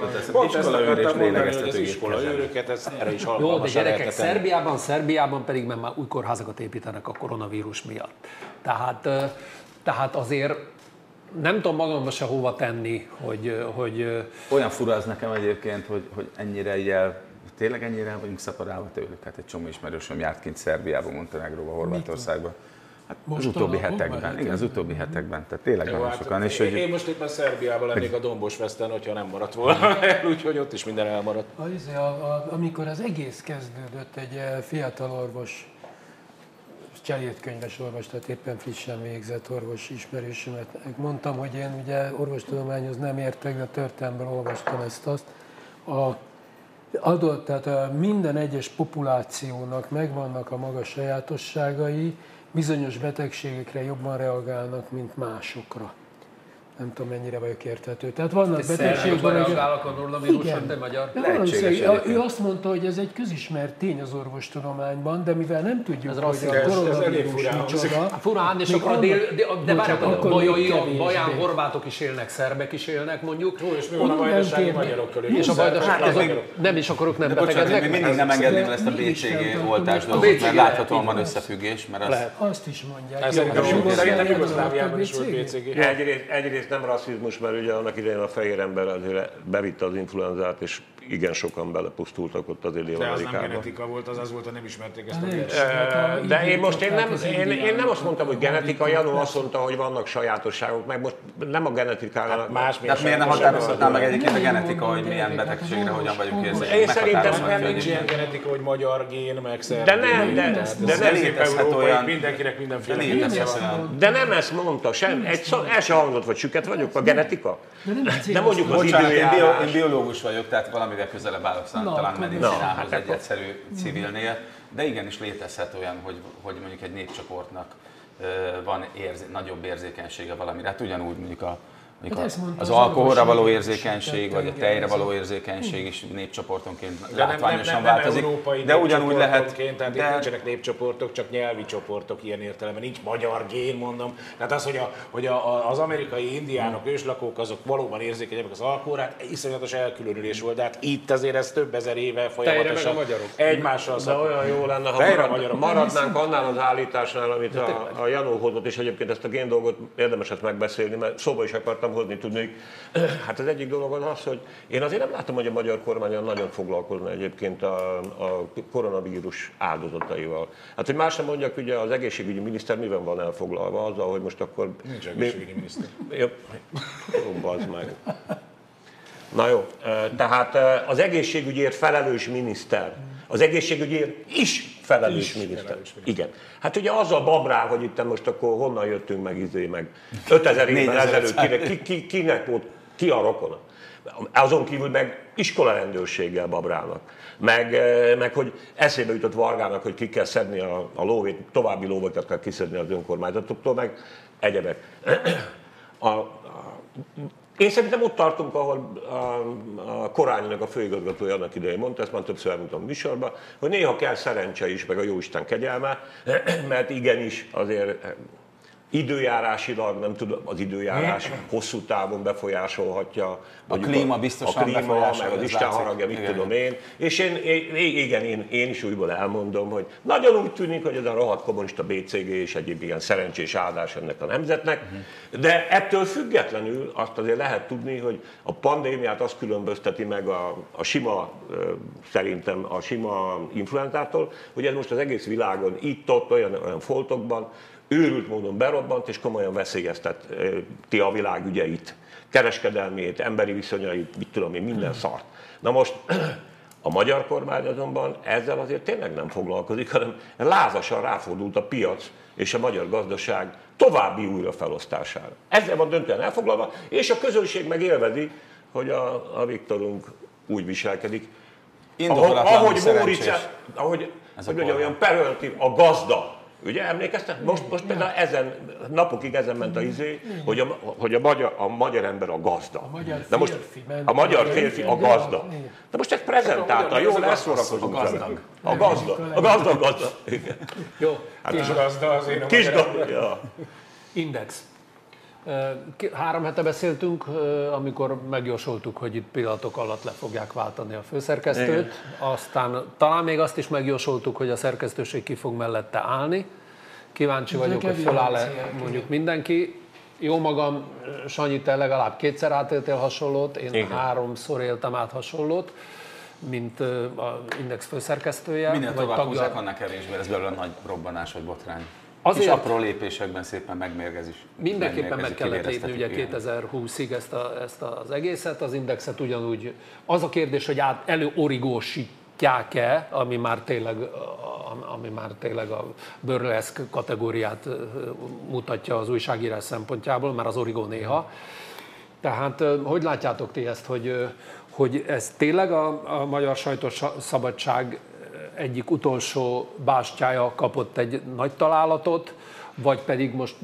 Az iskolaőröket, ezt erre is jó, de gyerekek, Szerbiában pedig már új kórházakat építenek a koronavírus miatt. Tehát azért nem tudom magamban se hova tenni, hogy... Olyan fura az nekem egyébként, hogy tényleg ennyire vagyunk szeparálva tőlük. Hát egy csomó ismerősöm járt kint Szerbiába, Montenegróba, Horvátországba. Hát az utóbbi hetekben, igen, az utóbbi hetekben, tehát tényleg nagyon sokan. És én most éppen Szerbiában lennék a Dombos Festen, hogyha nem maradt volna el, úgyhogy ott is minden elmaradt. Amikor az egész kezdődött, egy fiatal orvos, cserétkönyves orvos, tehát éppen frissen végzett orvos ismerősömet. Mondtam, hogy én ugye orvostudományhoz nem értek, de történelmből olvastam ezt-azt. Tehát minden egyes populációnak megvannak a maga sajátosságai, bizonyos betegségekre jobban reagálnak, mint másokra. Nem tudom, mennyire vagyok érthető. Tehát vannak betegségek, reagálnak a koronavírusra, de magyar. Ő azt mondta, hogy ez egy közismert tény az orvostudományban, de mivel nem tudjuk, hogy a koronavírus micsoda... Furán, és akkor de várjak, baján horvátok is élnek, szerbek is élnek, mondjuk. És mi van a vajdasági magyarokkal? És a vajdasági nem is akarok nem betegednek. Még mindig nem engedném ezt a BCG oltás dolgot, mert láthatóan van összefüggés. Azt is mondják. Szerintem Jugoszláviában is volt BCG. Egyrészt nem rasszizmus, mert ugye annak idején a fehér ember azért bevitte az influenzát, és igen sokan belepusztultak ott azért Dél-Amerikában. De az nem genetika volt, az volt, hogy nem ismerték ezt a vírust. De én nem azt mondtam, hogy genetika, Janó azt mondta, hogy vannak sajátosságok, meg most nem a genetikára. Tehát miért nem határozhatná meg egyébként a genetika, hogy milyen betegségre hogyan vagyunk érzékenyek? Én szerintem nincs ilyen genetika, hogy magyar gén, meg szerb. De nem létezhet olyan. Mindenkinek mindenféle. De nem ezt mondta, el sem hangzott, vagy süket vagyok, a genetika. De mondjuk az időjárás. Én biológus vagyok, tehát valamivel közelebb állok talán medicinához egy egyszerű civilnél, de igenis létezhet olyan, hogy mondjuk egy népcsoportnak van nagyobb érzékenysége valamire. Hát ugyanúgy mondjuk az alkoholra való érzékenység, vagy a tejre való érzékenység is népcsoportonként látványosan változik. De ugyanúgy lehet. Tehát itt nincsenek népcsoportok, csak nyelvi csoportok ilyen értelemben. Nincs magyar gén, mondom. Tehát az, hogy az amerikai indiánok, őslakók, azok valóban érzékenyebbek az alkoholra, iszonyatos elkülönülés volt. De hát itt azért ez több ezer éve folyamatosan egymással de olyan jó lenne, ha maradnánk annál az állításnál, amit a Janó hozott, és egyébként ezt a gén dolgot érdemes megbeszélni, mert szóba is akartam hozni tudnék. Hát az egyik dolog az, hogy én azért nem látom, hogy a magyar kormány nagyon foglalkozna egyébként a koronavírus áldozataival. Hát, hogy más nem mondjak, ugye az egészségügyi miniszter miben van elfoglalva azzal, hogy most akkor... Nincs egészségügyi miniszter. Jó, bazd meg. Na jó, tehát az egészségügyért felelős miniszter, az egészségügyért is felelős miniszter. Igen. Hát ugye azzal babrál, hogy itt most akkor honnan jöttünk meg 5000 évvel ezelőtt, kinek volt, ki a rokona. Azon kívül meg iskolarendőrséggel babrálnak. Meg hogy eszébe jutott Vargának, hogy ki kell szedni a lóvét, további lóvokat kell kiszedni az önkormányzatoktól, meg egyebek. Én szerintem ott tartunk, ahol a Korányinak a főigazgatója annak idején mondta, ezt már többször elmondtam a műsorban, hogy néha kell szerencse is, meg a Jóisten kegyelme, mert igenis azért időjárásilag, nem tudom, az időjárás hosszú távon befolyásolhatja. A klíma biztosan befolyásolja, meg az Isten haragja, mit tudom én. És én is újból elmondom, hogy nagyon úgy tűnik, hogy ez a rohadt kommunista BCG és egyéb ilyen szerencsés áldás ennek a nemzetnek, de ettől függetlenül azt azért lehet tudni, hogy a pandémiát azt különbözteti meg a sima, szerintem a sima influenzától, hogy ez most az egész világon itt-ott olyan foltokban őrült módon berobbant és komolyan veszélyezteti a világ ügyeit, kereskedelmét, emberi viszonyait, mit tudom én, minden szart. Na most a magyar kormány azonban ezzel azért tényleg nem foglalkozik, hanem lázasan ráfordult a piac és a magyar gazdaság további újrafelosztására. Ezzel van döntően elfoglalva, és a közönség meg élvezi, hogy a Viktorunk úgy viselkedik. Ahogy Móricz, ahogy olyan peröltív, a gazda. Ugye emlékeztek? Most például napokig ezen ment a izé, hogy a magyar ember a gazda. A magyar férfi a gazda. De most ezt prezentálta, jól leszórakozunk. A gazda. Igen. Jó. Kis gazda azért. Kis gazda. Index. 3 hete beszéltünk, amikor megjósoltuk, hogy itt pillanatok alatt le fogják váltani a főszerkesztőt. Aztán talán még azt is megjósoltuk, hogy a szerkesztőség ki fog mellette állni. Kíváncsi vagyok, hogy föláll-e mondjuk mindenki. Jó magam, Sanyi, te legalább 2-szer átéltél hasonlót, én 3-szor éltem át hasonlót, mint az Index főszerkesztője. Minél tovább húzzák, annál kevésbé lesz belőle nagy robbanás vagy botrány. Azért és apró lépésekben szépen megmérgezik. Mindenképpen meg kellett lépni ugye 2020-ig ezt az egészet, az Indexet ugyanúgy. Az a kérdés, hogy előorigósítják-e, ami már tényleg a burleszk kategóriát mutatja az újságírás szempontjából, már az origó néha. Tehát hogy látjátok ti ezt, hogy ez tényleg a magyar sajtószabadság egyik utolsó bástyája kapott egy nagy találatot, vagy pedig most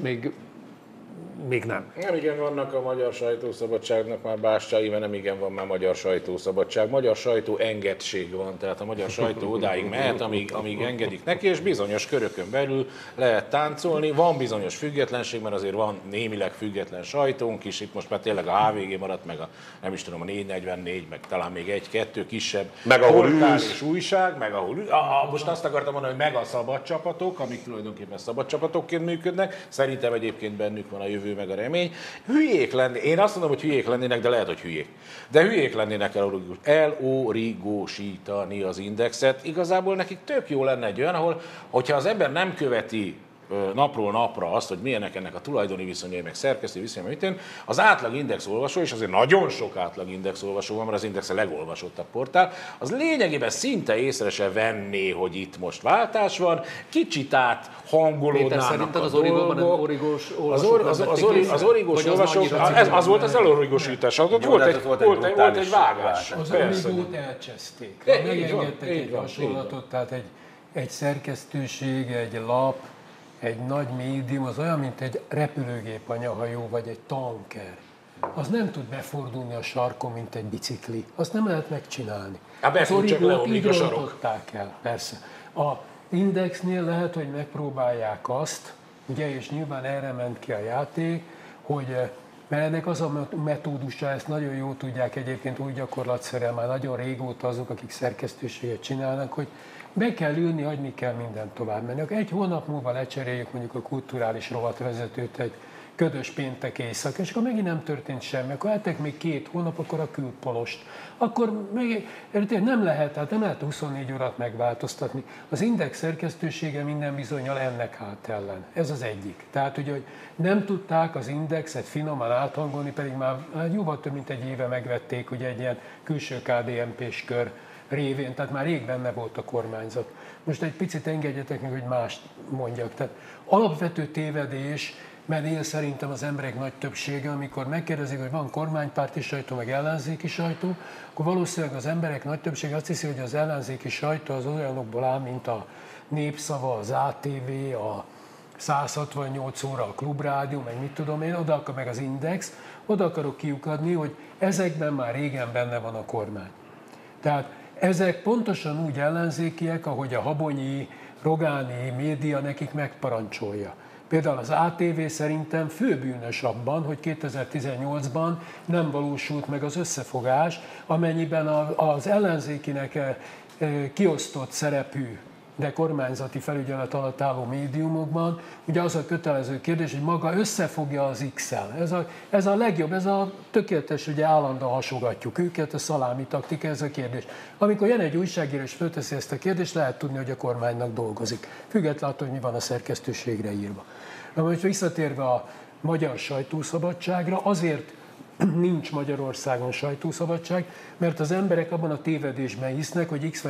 még nem? Nem igen vannak a magyar sajtószabadságnak már bástyái, mert nem igen van már magyar sajtószabadság. Magyar sajtó engedtség van, tehát a magyar sajtó odáig mehet, amíg engedik neki, és bizonyos körökön belül lehet táncolni. Van bizonyos függetlenség, mert azért van némileg független sajtónk is, itt most már tényleg a HVG maradt, meg a 444, meg talán még egy-kettő kisebb meg ahol portál és újság, meg ahol most azt akartam mondani, hogy meg a szabad csapatok, amik tulajdonképpen szabad csapatokként működnek. Szerintem egyébként bennük van a jövő meg a remény. Hülyék lennének, én azt mondom, hogy hülyék lennének, de lehet, hogy hülyék. De hülyék lennének elorigósítani az Indexet. Igazából nekik tök jó lenne egy olyan, ahol, hogyha az ember nem követi napról napra azt, hogy milyenek ennek a tulajdoni viszonyai, meg szerkesztői viszonyai, az átlag Index olvasó, és azért nagyon sok átlag Index olvasó van, mert az Index a legolvasottabb portál, az lényegében szinte észre se venné, hogy itt most váltás van, kicsit áthangolódnának a dolgok. Az origós olvasók, az volt az elorigósítás, ott volt egy vágás. Az origót elcseszték. Megengedtek egy hasonlatot, tehát egy szerkesztőség, egy lap, egy nagy médium az olyan, mint egy repülőgép anyahajó, vagy egy tanker. Az nem tud befordulni a sarkon, mint egy bicikli. Azt nem lehet megcsinálni. Az origót így rontották el, persze. A Indexnél lehet, hogy megpróbálják azt, ugye, és nyilván erre ment ki a játék, hogy mert ennek az a metódusa, ezt nagyon jól tudják egyébként úgy gyakorlatszerűen már nagyon régóta azok, akik szerkesztőséget csinálnak, hogy be kell ülni, hagyni kell mindent tovább menni. Egy hónap múlva lecseréljük mondjuk a kulturális rovatvezetőt egy ködös péntek éjszaka, és akkor megint nem történt semmi. Akkor eltek még 2 hónap, akkor a külpolost. Akkor nem lehet, tehát nem lehet 24 órát megváltoztatni. Az Index szerkesztősége minden bizonnyal ennek állt ellen. Ez az egyik. Tehát ugye, hogy nem tudták az Indexet finoman áthangolni, pedig már jóval több mint egy éve megvették ugye egy ilyen külső KDNP-s kör révén, tehát már rég benne volt a kormányzat. Most egy picit engedjetek meg, hogy mást mondjak. Tehát alapvető tévedés, mert él szerintem az emberek nagy többsége, amikor megkérdezik, hogy van kormánypárti sajtó, meg ellenzéki sajtó, akkor valószínűleg az emberek nagy többsége azt hiszi, hogy az ellenzéki sajtó az olyanokból áll, mint a Népszava, az ATV, a 168 óra, a Klubrádió, meg mit tudom én, oda akar meg az Index, oda akarok kiukadni, hogy ezekben már régen benne van a kormány. Tehát ezek pontosan úgy ellenzékiek, ahogy a habonyi, rogáni média nekik megparancsolja. Például az ATV szerintem főbűnös abban, hogy 2018-ban nem valósult meg az összefogás, amennyiben az ellenzékinek kiosztott szerepű, de kormányzati felügyelet alatt álló médiumokban, ugye az a kötelező kérdés, hogy maga összefogja az X-el. Ez a legjobb, ez a tökéletes, ugye állandóan hasogatjuk őket, a szalámi taktika, ez a kérdés. Amikor jön egy újságíró és fölteszi ezt a kérdést, lehet tudni, hogy a kormánynak dolgozik. Függetlenül, hogy mi van a szerkesztőségre írva. Na most visszatérve a magyar sajtószabadságra, azért nincs Magyarországon sajtószabadság, mert az emberek abban a tévedésben hisznek, hogy X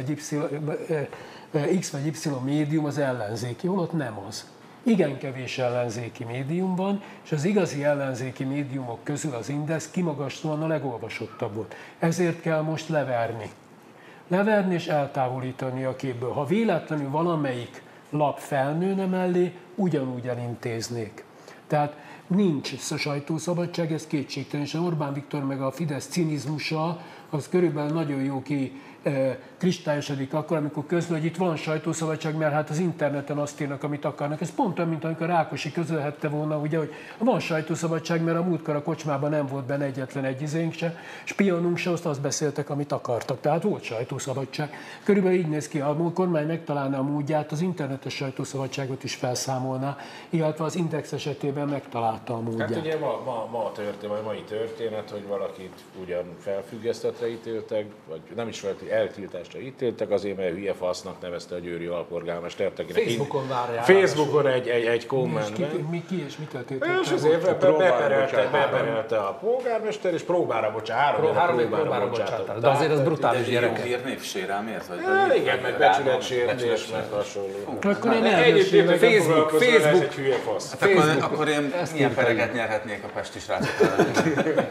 vagy Y médium az ellenzéki, holott nem az. Igen kevés ellenzéki médium van, és az igazi ellenzéki médiumok közül az Index kimagaslóan a legolvasottabb volt. Ezért kell most leverni. Leverni és eltávolítani a képből. Ha véletlenül valamelyik lap felnőne mellé, ugyanúgy elintéznék. Tehát nincs sajtószabadság, ez kétségtelen, és Orbán Viktor meg a Fidesz cinizmusa, az körülbelül nagyon jó kristályosodik akkor, amikor közül, hogy itt van sajtószabadság, mert hát az interneten azt írnak, amit akarnak. Ez pont olyan, mint amikor Rákosi közölhette volna, ugye, hogy van sajtószabadság, mert a múltkor a kocsmában nem volt benne egyetlen egy izénk se, spionunk se, azt beszéltek, amit akartak. Tehát volt sajtószabadság. Körülbelül így néz ki, ha a kormány megtalálná a módját, az internetes sajtószabadságot is felszámolná, illetve az Index esetében megtalálta a módját. Hát ugye a mai történet, hogy valakit ugyan felfüggesztetre ítéltek, vagy nem is eltiltásra ítéltek, azért, mert hülye fasznak nevezte a győri alpolgármestert, akinek Facebookon várják. Facebookon egy kommentben. Ki és mitől tiltott? És azért beperelte a polgármester, és próbára bocsátott. De azért az brutális gyerek. Hírnév sérelmért? Igen, meg becsületsértés, meg hasonló. Akkor én Egyébként Facebook, egy hülye fasz. Akkor én milyen pereket nyerhetnék a pesti srácok ellen?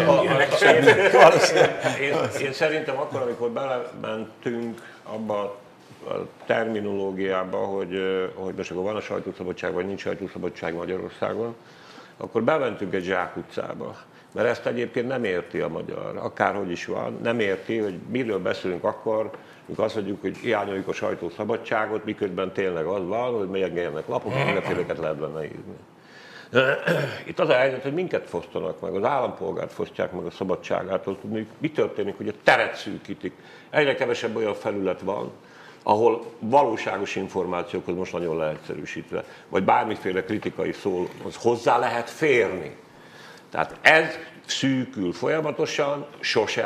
Én szerintem akkor, amikor belementünk abba a a terminológiába, hogy most akkor van a sajtószabadság, vagy nincs sajtószabadság Magyarországon, akkor bementünk egy zsákutcába. Mert ezt egyébként nem érti a magyar, akárhogy is van, nem érti, hogy miről beszélünk akkor, amikor azt mondjuk, hogy hiányoljuk a sajtószabadságot, miközben tényleg az van, hogy megjelennek lapok, mindenféleket lehet benne írni. Itt az a helyzet, hogy minket fosztanak meg, az állampolgárt fosztják meg a szabadságától. Mi történik, hogy a teret szűkítik. Egyre kevesebb olyan felület van, ahol valóságos információkhoz most nagyon leegyszerűsítve, vagy bármiféle kritikai szól, az hozzá lehet férni. Tehát ez szűkül folyamatosan, sose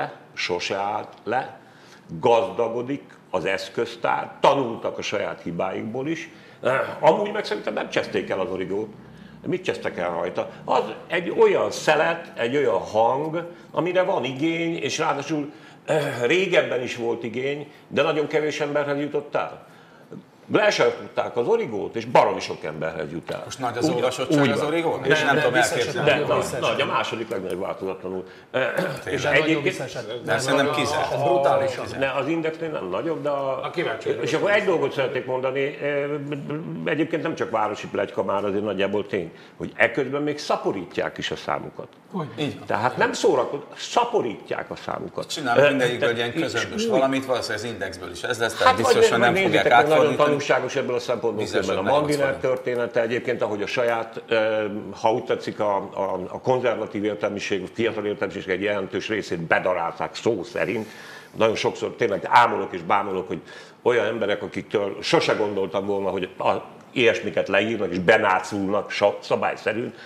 állt le, gazdagodik az eszköztár, tanultak a saját hibáikból is, amúgy meg szerintem nem cseszték el az origót. Mit csesztek el rajta? Az egy olyan szelet, egy olyan hang, amire van igény, és ráadásul régebben is volt igény, de nagyon kevés emberhez jutott el. Leesarkutták az origót, és baromi sok emberhez jut el. Most nagy az olvasottság az origón? És nem tudom elképzelni. Nagy, a második legnagyobb változatlanul. És egyébként... De szerintem kizárt. Ez brutálisan. Az Indexnél nem nagyobb, de és akkor egy dolgot szeretnék mondani, egyébként nem csak városi pletyka, már azért nagyjából tény, hogy eközben még szaporítják is a számukat. Így. Tehát nem szórakoznak, szaporítják a számukat. Csinálnak mindegyikből ilyen közömbös valamit, valószínűleg az Indexből is ez lesz, tehát Hát biztosan nem fogják átfordítani. Nagyon tanulságos ebből a szempontból, különben a Mandiner története egyébként, ahogy a saját, ha úgy tetszik, a konzervatív értelmiség, fiatal értelmiség egy jelentős részét bedarálták szó szerint. Nagyon sokszor tényleg ámulok és bámulok, hogy olyan emberek, akiktől sose gondoltam volna, hogy ilyesmiket leírnak és benáculnak szabályszerűen,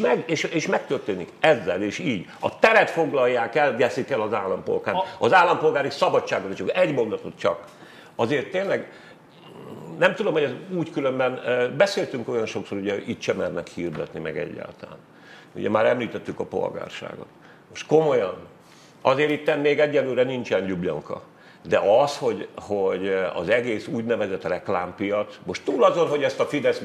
és megtörténik ezzel és így. A teret foglalják el, veszik el az állampolgárt. Az állampolgári szabadságot, csak egy mondatot csak. Azért tényleg nem tudom, hogy ez úgy különben, beszéltünk olyan sokszor, hogy itt sem mernek hirdetni meg egyáltalán. Ugye már említettük a polgárságot. Most komolyan, azért itt még egyelőre nincsen Ljubljanka. De az, hogy az egész úgynevezett reklámpiac, most túl azon, hogy ezt a Fidesz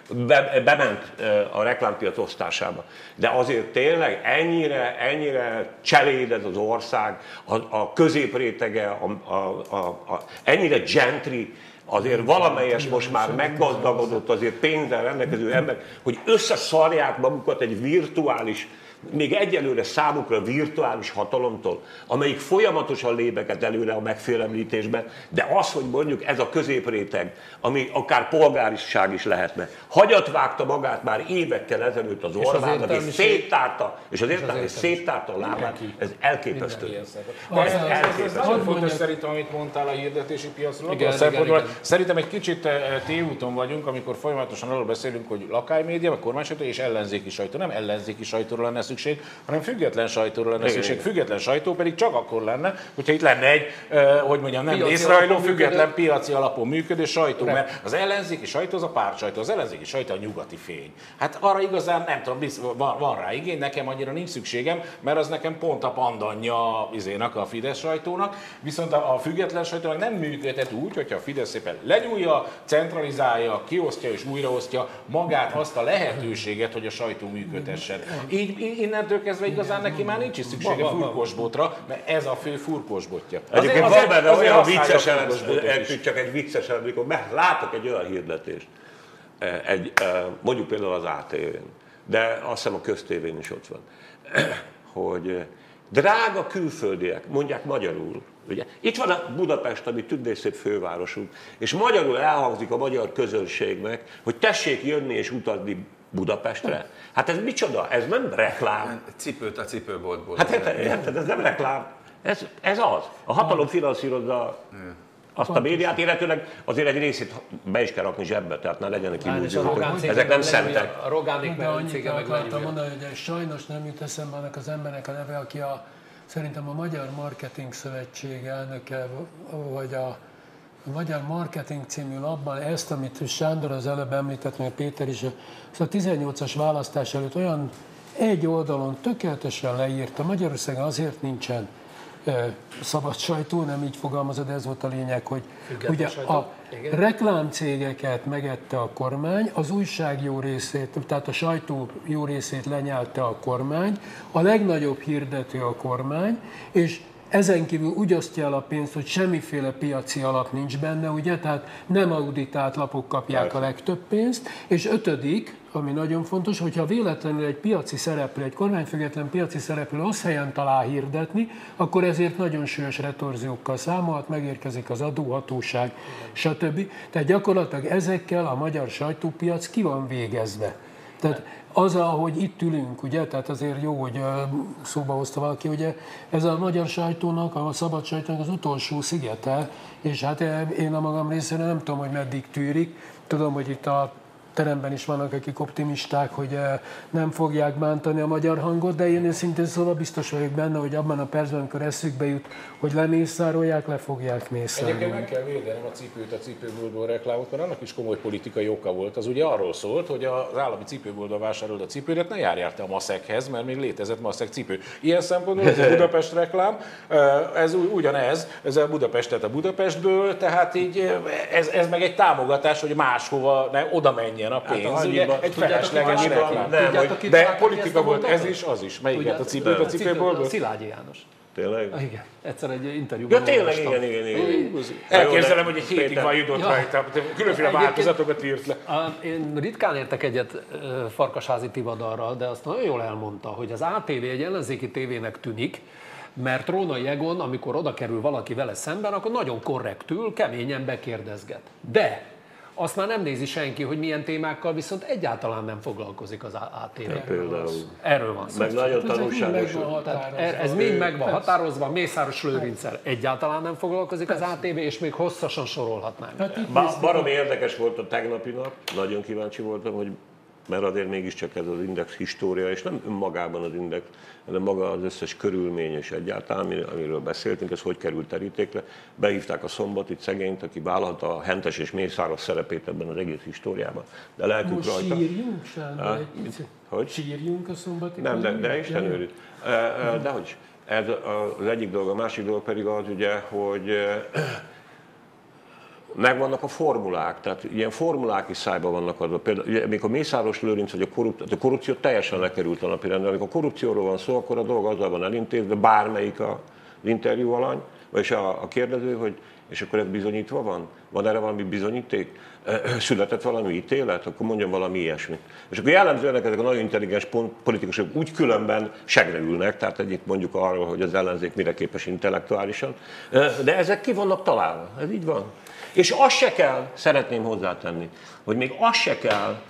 bement a reklámpiac osztásába, de azért tényleg ennyire cseléd ez az ország, a középrétege, ennyire gentry, azért valamelyes most már meggazdagodott azért pénzzel rendelkező ember, hogy összeszarják magukat egy virtuális, még egyelőre számukra virtuális hatalomtól, amelyik folyamatosan lépeket előre a megfélemlítésben, de az, hogy mondjuk ez a középréteg, ami akár polgáriság is lehetne, hagyat vágta magát már évekkel ezelőtt az Orbán, és széttárta, és az értelmiségi széttárta a lábát, ez elképesztő. Ez nagyon fontos szerintem, amit mondtál a hirdetési piacról. Igen. Szerintem egy kicsit tévúton vagyunk, amikor folyamatosan arról beszélünk, hogy lakállymédia, vagy kormánysajtó és ellenzéki sajtó. Nem ellenzéki sajtóra lenne szükség, hanem független sajtóra lenne szükség. Független sajtó pedig csak akkor lenne, hogyha itt lenne egy, hogy mondjam, nem részrehajló, független piaci alapon működő sajtó, mert az ellenzéki sajtó az a pártsajtó, az ellenzéki sajtó a nyugati fény. Hát arra igazán nem tudom, van rá igény, nekem annyira nincs szükségem, mert az nekem pont a pandanja a Fidesz sajtónak, viszont a független sajtónak nem működhet úgy, hogyha a Fidesz szépen lenyúlja, centralizálja, kiosztja és újraosztja magát azt a lehetőséget, hogy a sajtó működhessen. Így innentől kezdve igazán neki már nincs is szüksége furkosbotra, mert ez a fő furkosbotja. Egyébként van benne olyan vicces csak egy vicces amikor látok egy olyan hirdetést, mondjuk például az ATV-n, de azt hiszem a köztévén is ott van, hogy drága külföldiek, mondják magyarul, ugye? Itt van a Budapest, ami tündérszép fővárosunk, és magyarul elhangzik a magyar közönségnek, hogy tessék jönni és utazni Budapestre. Hát ez micsoda? Ez nem reklám. Cipőt a cipőboltból. Hát érted, ez nem reklám. Ez az. A hatalom finanszírozza azt a médiát, illetőleg azért egy részét be is kell rakni zsebbe, tehát ne legyenek illúziók, hogy ezek nem szentek. A Rogánik de annyit akartam mondani, hogy sajnos nem jut eszembe annak az embernek a neve, aki szerintem a Magyar Marketing Szövetség elnöke, vagy a Magyar Marketing című labban ezt, amit Sándor az előbb említett, meg Péter is, a 18-as választás előtt olyan egy oldalon tökéletesen leírta, Magyarországon azért nincsen szabad sajtó, nem így fogalmazod, de ez volt a lényeg, hogy ugye a reklámcégeket megette a kormány, az újság jó részét, tehát a sajtó jó részét lenyelte a kormány, a legnagyobb hirdető a kormány, és ezen kívül úgy osztja el a pénzt, hogy semmiféle piaci alap nincs benne, ugye? Tehát nem auditált lapok kapják a legtöbb pénzt. És ötödik, ami nagyon fontos, hogyha véletlenül egy piaci szereplő, egy kormányfüggetlen piaci szereplő rossz helyen talál hirdetni, akkor ezért nagyon súlyos retorziókkal számolhat, megérkezik az adóhatóság, stb. Tehát gyakorlatilag ezekkel a magyar sajtópiac ki van végezve. Tehát az, ahogy itt ülünk, ugye, tehát azért jó, hogy szóba hozta valaki, ugye ez a magyar sajtónak, a szabad sajtónak az utolsó szigete, és hát én a magam részéről nem tudom, hogy meddig tűrik. Tudom, hogy itt a teremben is vannak, akik optimisták, hogy nem fogják bántani a magyar hangot, de én őszintén szóval biztos vagyok benne, hogy abban a percben, amikor eszükbe jut, hogy lemészárolják, le fogják mészárolni. Egyébként meg kell védenem a cipőt, a cipőboltból reklámot, mert annak is komoly politikai oka volt. Az ugye arról szólt, hogy az állami cipőboltból vásárold a cipődet, ne járjál te a maszekhez, mert még létezett maszek cipő. Ilyen szempontból ez a Budapest reklám, ez ugyanez, ez a Budapestet a Budapestből, tehát így ez meg egy támogatás, hogy máshova oda menjen a pénz. Ugye, egy felesleges reklám. De politika volt ez is, az is. Melyiket a cipőt, a cipőboltból? Szilágyi János. Tényleg? Igen, egyszer egy interjúban Ja, tényleg, olvastam. igen. Elképzelem, hogy egy hétig van jutott rajta, különféle változatokat írt le. Én ritkán értek egyet Farkasházi Tivadarral, de azt nagyon jól elmondta, hogy az ATV egy ellenzéki tévének tűnik, mert Rónai Egon, amikor oda kerül valaki vele szemben, akkor nagyon korrektül, keményen bekérdezget. De azt már nem nézi senki, hogy milyen témákkal viszont egyáltalán nem foglalkozik az ATV. Erről van szó. Meg nagyon tanulságos. Ez mind meg van határozva, Mészáros Lőrinccel egyáltalán nem foglalkozik az ATV, és még hosszasan sorolhatnánk. Baromi érdekes volt a tegnapi nap, nagyon kíváncsi voltam, hogy mert azért mégiscsak ez az Index história, és nem önmagában az Index, hanem maga az összes körülmény és egyáltalán, amiről beszéltünk, ez hogy került terítékre. Behívták a Szombatit szegényt, aki vállalta a Hentes és Mészáros szerepét ebben az egész históriában. De lelkük most rajta. sírjunk, Sándor? Hogy? Sírjunk a Szombatit? Nem, de Isten őrült. Dehogy. Ez az egyik dolog, a másik dolog pedig az ugye, hogy megvannak a formulák, tehát ilyen formulák is szájban vannak adva. Például, amikor Mészáros Lőrinc, hogy a korrupció teljesen lekerült a napirendre. Amikor a korrupcióról van szó, akkor a dolog azzal van elintézve, bármelyik az interjú alany, vagyis a kérdező, hogy és akkor ez bizonyítva van? Van erre valami bizonyíték? Született valami ítélet? Akkor mondjon valami ilyesmit. És akkor jellemzően ezek a nagyon intelligens politikusok úgy különben segre ülnek, tehát egyik mondjuk arról, hogy az ellenzék mire képes intellektuálisan, de ezek ki vannak találva. Ez így van. És azt se kell, szeretném hozzátenni, hogy még azt se kell,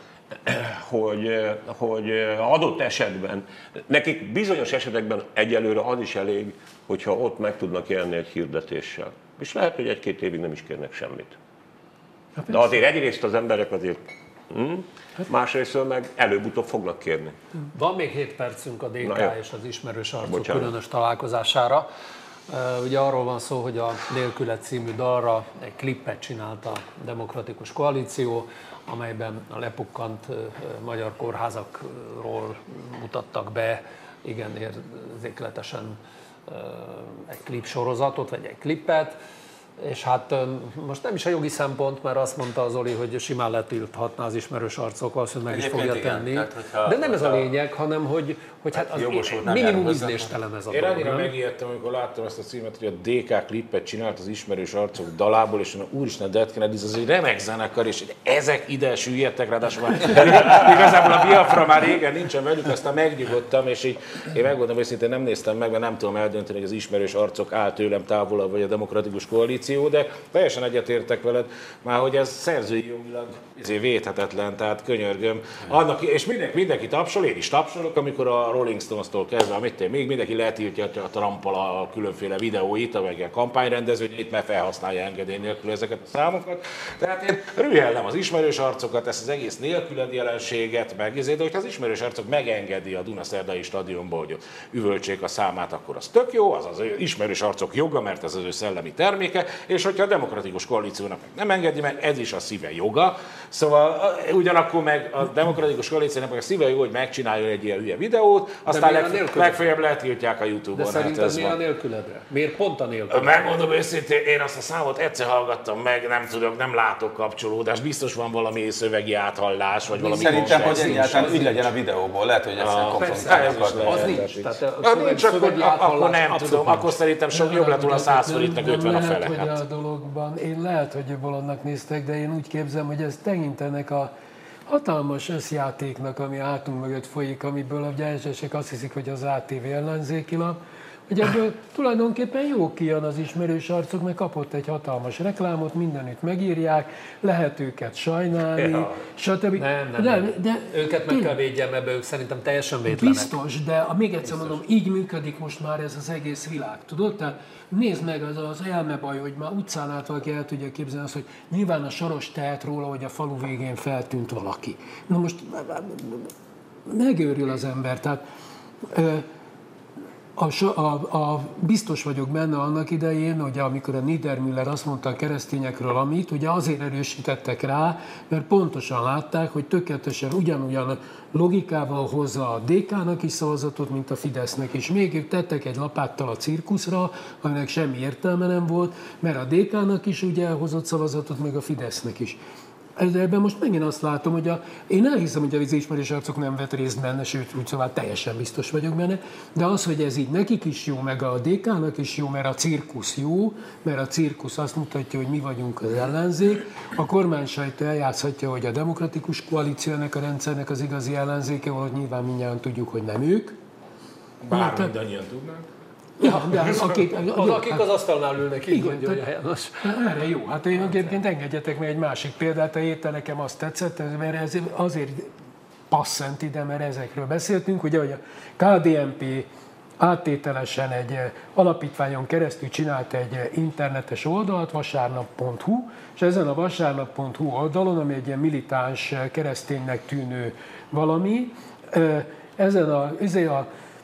hogy adott esetben, nekik bizonyos esetekben egyelőre az is elég, hogyha ott meg tudnak élni egy hirdetéssel. És lehet, hogy egy-két évig nem is kérnek semmit. De azért egyrészt az emberek azért, másrészt meg előbb-utóbb fognak kérni. Van még 7 percünk a DK és az ismerős arcok különös találkozására. Ugye arról van szó, hogy a Nélkület című dalra egy klippet csinált a Demokratikus Koalíció, amelyben a lepukkant magyar kórházakról mutattak be igen érzékletesen egy klipsorozatot, vagy egy klippet, és hát most nem is a jogi szempont, mert azt mondta az Zoli, hogy simán letilthatná az ismerős arcok, valószínűleg meg is fogja tenni. Tehát, de nem ez a lényeg, hanem hogy hát az minimum ízléstelen ez a dolog. Én annyira megijedtem, amikor láttam ezt a címet, hogy a DK klippet csinált az ismerős arcok dalából, és mondom, úristen, Dead Kennedys, ez egy remek zenekar, és ezek ide süllyedtek, ráadásul már igazából a Biafra már régen nincsen velük, aztán megnyugodtam, és így én megmondom őszintén, nem néztem meg, mert nem tudom eldönteni, hogy az ismerős arcok áll tőlem távolabb, vagy a Demokratikus Koalíció, de teljesen egyetértek veled, már hogy ez szerzői jogilag védhetetlen, tehát könyörgöm. Annak, és mindenki tapsol, én is tapsolok, amikor a Rolling Stones-tól kezdve, még mindenki letiltja a Trumpal a különféle videóit, amelyek a kampányrendezvényeit, mert felhasználja engedély nélkül ezeket a számokat. Tehát én rühellem az ismerős arcokat, ezt az egész nélküled jelenséget, de hogyha az ismerős arcok megengedi a Dunaszerdai stadionból, hogy üvöltsék a számát, akkor az tök jó, az az ismerős arcok joga, mert ez az ő szellemi terméke, és hogyha a demokratikus koalíciónak nem engedi meg, ez is a szíve joga. Szóval ugyanakkor meg a demokratikus koalíciónak meg a szíve joga, hogy megcsináljon egy ilyen hülye videót, aztán legfeljebb letiltják a YouTube-on. De szerinted mi a nélküledre? Miért pont a nélküledre? Megmondom őszintén, én azt a számot egyszer hallgattam meg, nem látok kapcsolódást, biztos van valami szövegi áthallás, vagy valami. Szerintem, hogy egyáltalán így legyen a videóból, lehet, hogy egyszerűen konfrontálni akarnak. Az nincs. Nincs, akkor nem tudom, akkor szerintem sok jobb lett volna 100 forintnak 50 a fele. Hogy a dologban, én lehet, hogy bolondnak néztek, de én úgy képzelem, hogy ez tekintenek a hatalmas összjátéknak, ami hátunk mögött folyik, amiből a egyesek azt hiszik, hogy az ATV ellenzéki lap, hogy ebből tulajdonképpen jó kijön az ismerős arcok, mert kapott egy hatalmas reklámot, mindenütt megírják, lehet őket sajnálni, stb. Nem. De őket meg kell védjem, ebbe ők szerintem teljesen védlenek. Biztos, de még egyszer mondom, így működik most már ez az egész világ, tudod? Tehát nézd meg az elmebaj, hogy már utcán át valaki el tudja képzelni azt, hogy nyilván a Soros tehet róla, hogy a falu végén feltűnt valaki. Na most megőrül az ember, tehát biztos vagyok benne annak idején, hogy amikor a Niedermüller azt mondta a keresztényekről amit, ugye azért erősítettek rá, mert pontosan látták, hogy tökéletesen ugyanolyan logikával hozza a DK-nak is szavazatot, mint a Fidesznek is. Még ők tettek egy lapáttal a cirkuszra, aminek semmi értelme nem volt, mert a DK-nak is ugye hozott szavazatot, meg a Fidesznek is. Ebben most megint azt látom, hogy én elhiszem, hogy az ismerős arcok nem vett részt benne, sőt, úgy szóval teljesen biztos vagyok benne, de az, hogy ez így nekik is jó, meg a DK-nak is jó, mert a cirkusz jó, mert a cirkusz azt mutatja, hogy mi vagyunk az ellenzék, a kormány sajtó eljátszhatja, hogy a demokratikus koalíciónak, a rendszernek az igazi ellenzéke, hogy nyilván mindjárt tudjuk, hogy nem ők. Bár mindannyian tudnánk. Ja, de akik az asztalnál ülnek, így mondja, hogy János. Erre jó. Hát én egyébként engedjetek meg egy másik példát, a héten nekem azt tetszett, mert ez azért passzent ide, mert ezekről beszéltünk, ugye, hogy a KDNP áttételesen egy alapítványon keresztül csinált egy internetes oldalt, vasárnap.hu, és ezen a vasárnap.hu oldalon, ami egy ilyen militáns kereszténynek tűnő valami, ezen a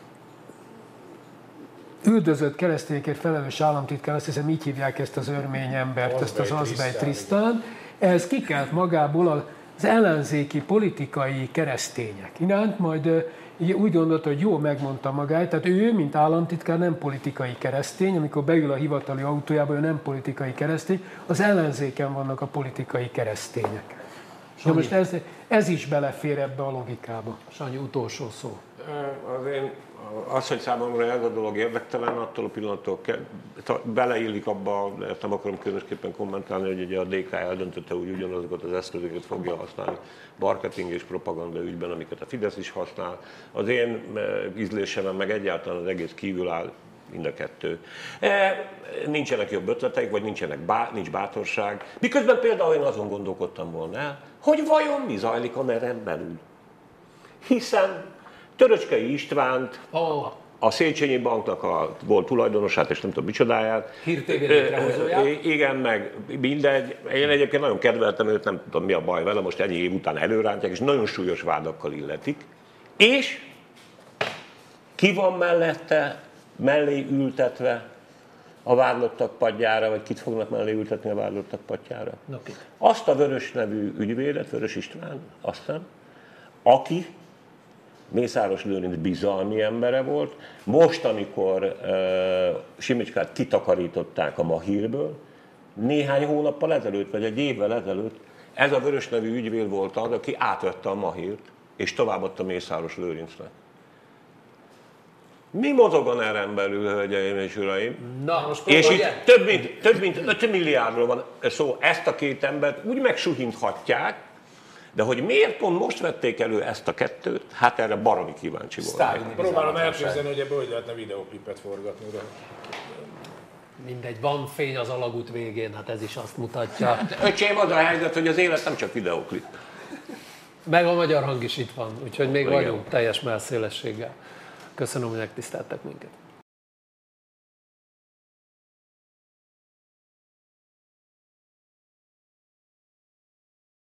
üldözött keresztényekért felelős államtitkár, azt hiszem így hívják ezt az örmény embert, ezt az Azbej Trisztán, ez kikelt magából az ellenzéki politikai keresztények iránt, majd úgy gondolta, hogy jó, megmondta magát, tehát ő, mint államtitkár nem politikai keresztény, amikor beül a hivatali autójába, ő nem politikai keresztény, az ellenzéken vannak a politikai keresztények. Na most ez is belefér ebbe a logikába. Sanyi, utolsó szó. Az, hogy számomra ez a dolog érdektelen, attól a pillanattól beleillik abba, ezt nem akarom különösképpen kommentálni, hogy ugye a DK eldöntötte, hogy ugyanazokat az eszközöket fogja használni marketing és propaganda ügyben, amiket a Fidesz is használ. Az én ízlésemben meg egyáltalán az egész kívül áll mind a kettő. Nincsenek jobb ötleteik, vagy nincs bátorság. Miközben például én azon gondolkodtam volna el, hogy vajon mi zajlik a NER-en belül. Hiszen Töröcskei Istvánt, a Széchenyi Banknak volt tulajdonosát, és nem tudom micsodáját. Hír TV létrehozóját. Igen, meg mindegy. Én egyébként nagyon kedveltem őt, nem tudom mi a baj vele, most ennyi év után előrántják, és nagyon súlyos vádakkal illetik. És ki van mellé ültetve a vádlottak padjára, vagy kit fognak mellé ültetni a vádlottak padjára? Azt a Vörös nevű ügyvédet, Vörös István, aztán, aki Mészáros Lőrinc bizalmi embere volt. Most, amikor Simicskát kitakarították a Mahírből, néhány hónappal ezelőtt, vagy egy évvel ezelőtt, ez a Vörös nevű ügyvéd volt az, aki átvette a Mahírt, és továbbadta Mészáros Lőrincnek. Mi mozog a NER-en belül, hölgyeim és uraim? Na, most és itt több mint 5 milliárdról van szó, ezt a két embert úgy megsuhinthatják, de hogy miért pont most vették elő ezt a kettőt, hát erre baromi kíváncsi voltam. Próbálom elképzelni, hogy ebből hogy lehetne videóklipet forgatni. De... Mindegy, van fény az alagút végén, hát ez is azt mutatja. Öcsém, az a helyzet, hogy az élet nem csak videóklip. Meg a Magyar Hang is itt van, úgyhogy még vagyunk teljes mellszélességgel. Köszönöm, hogy megtiszteltek minket.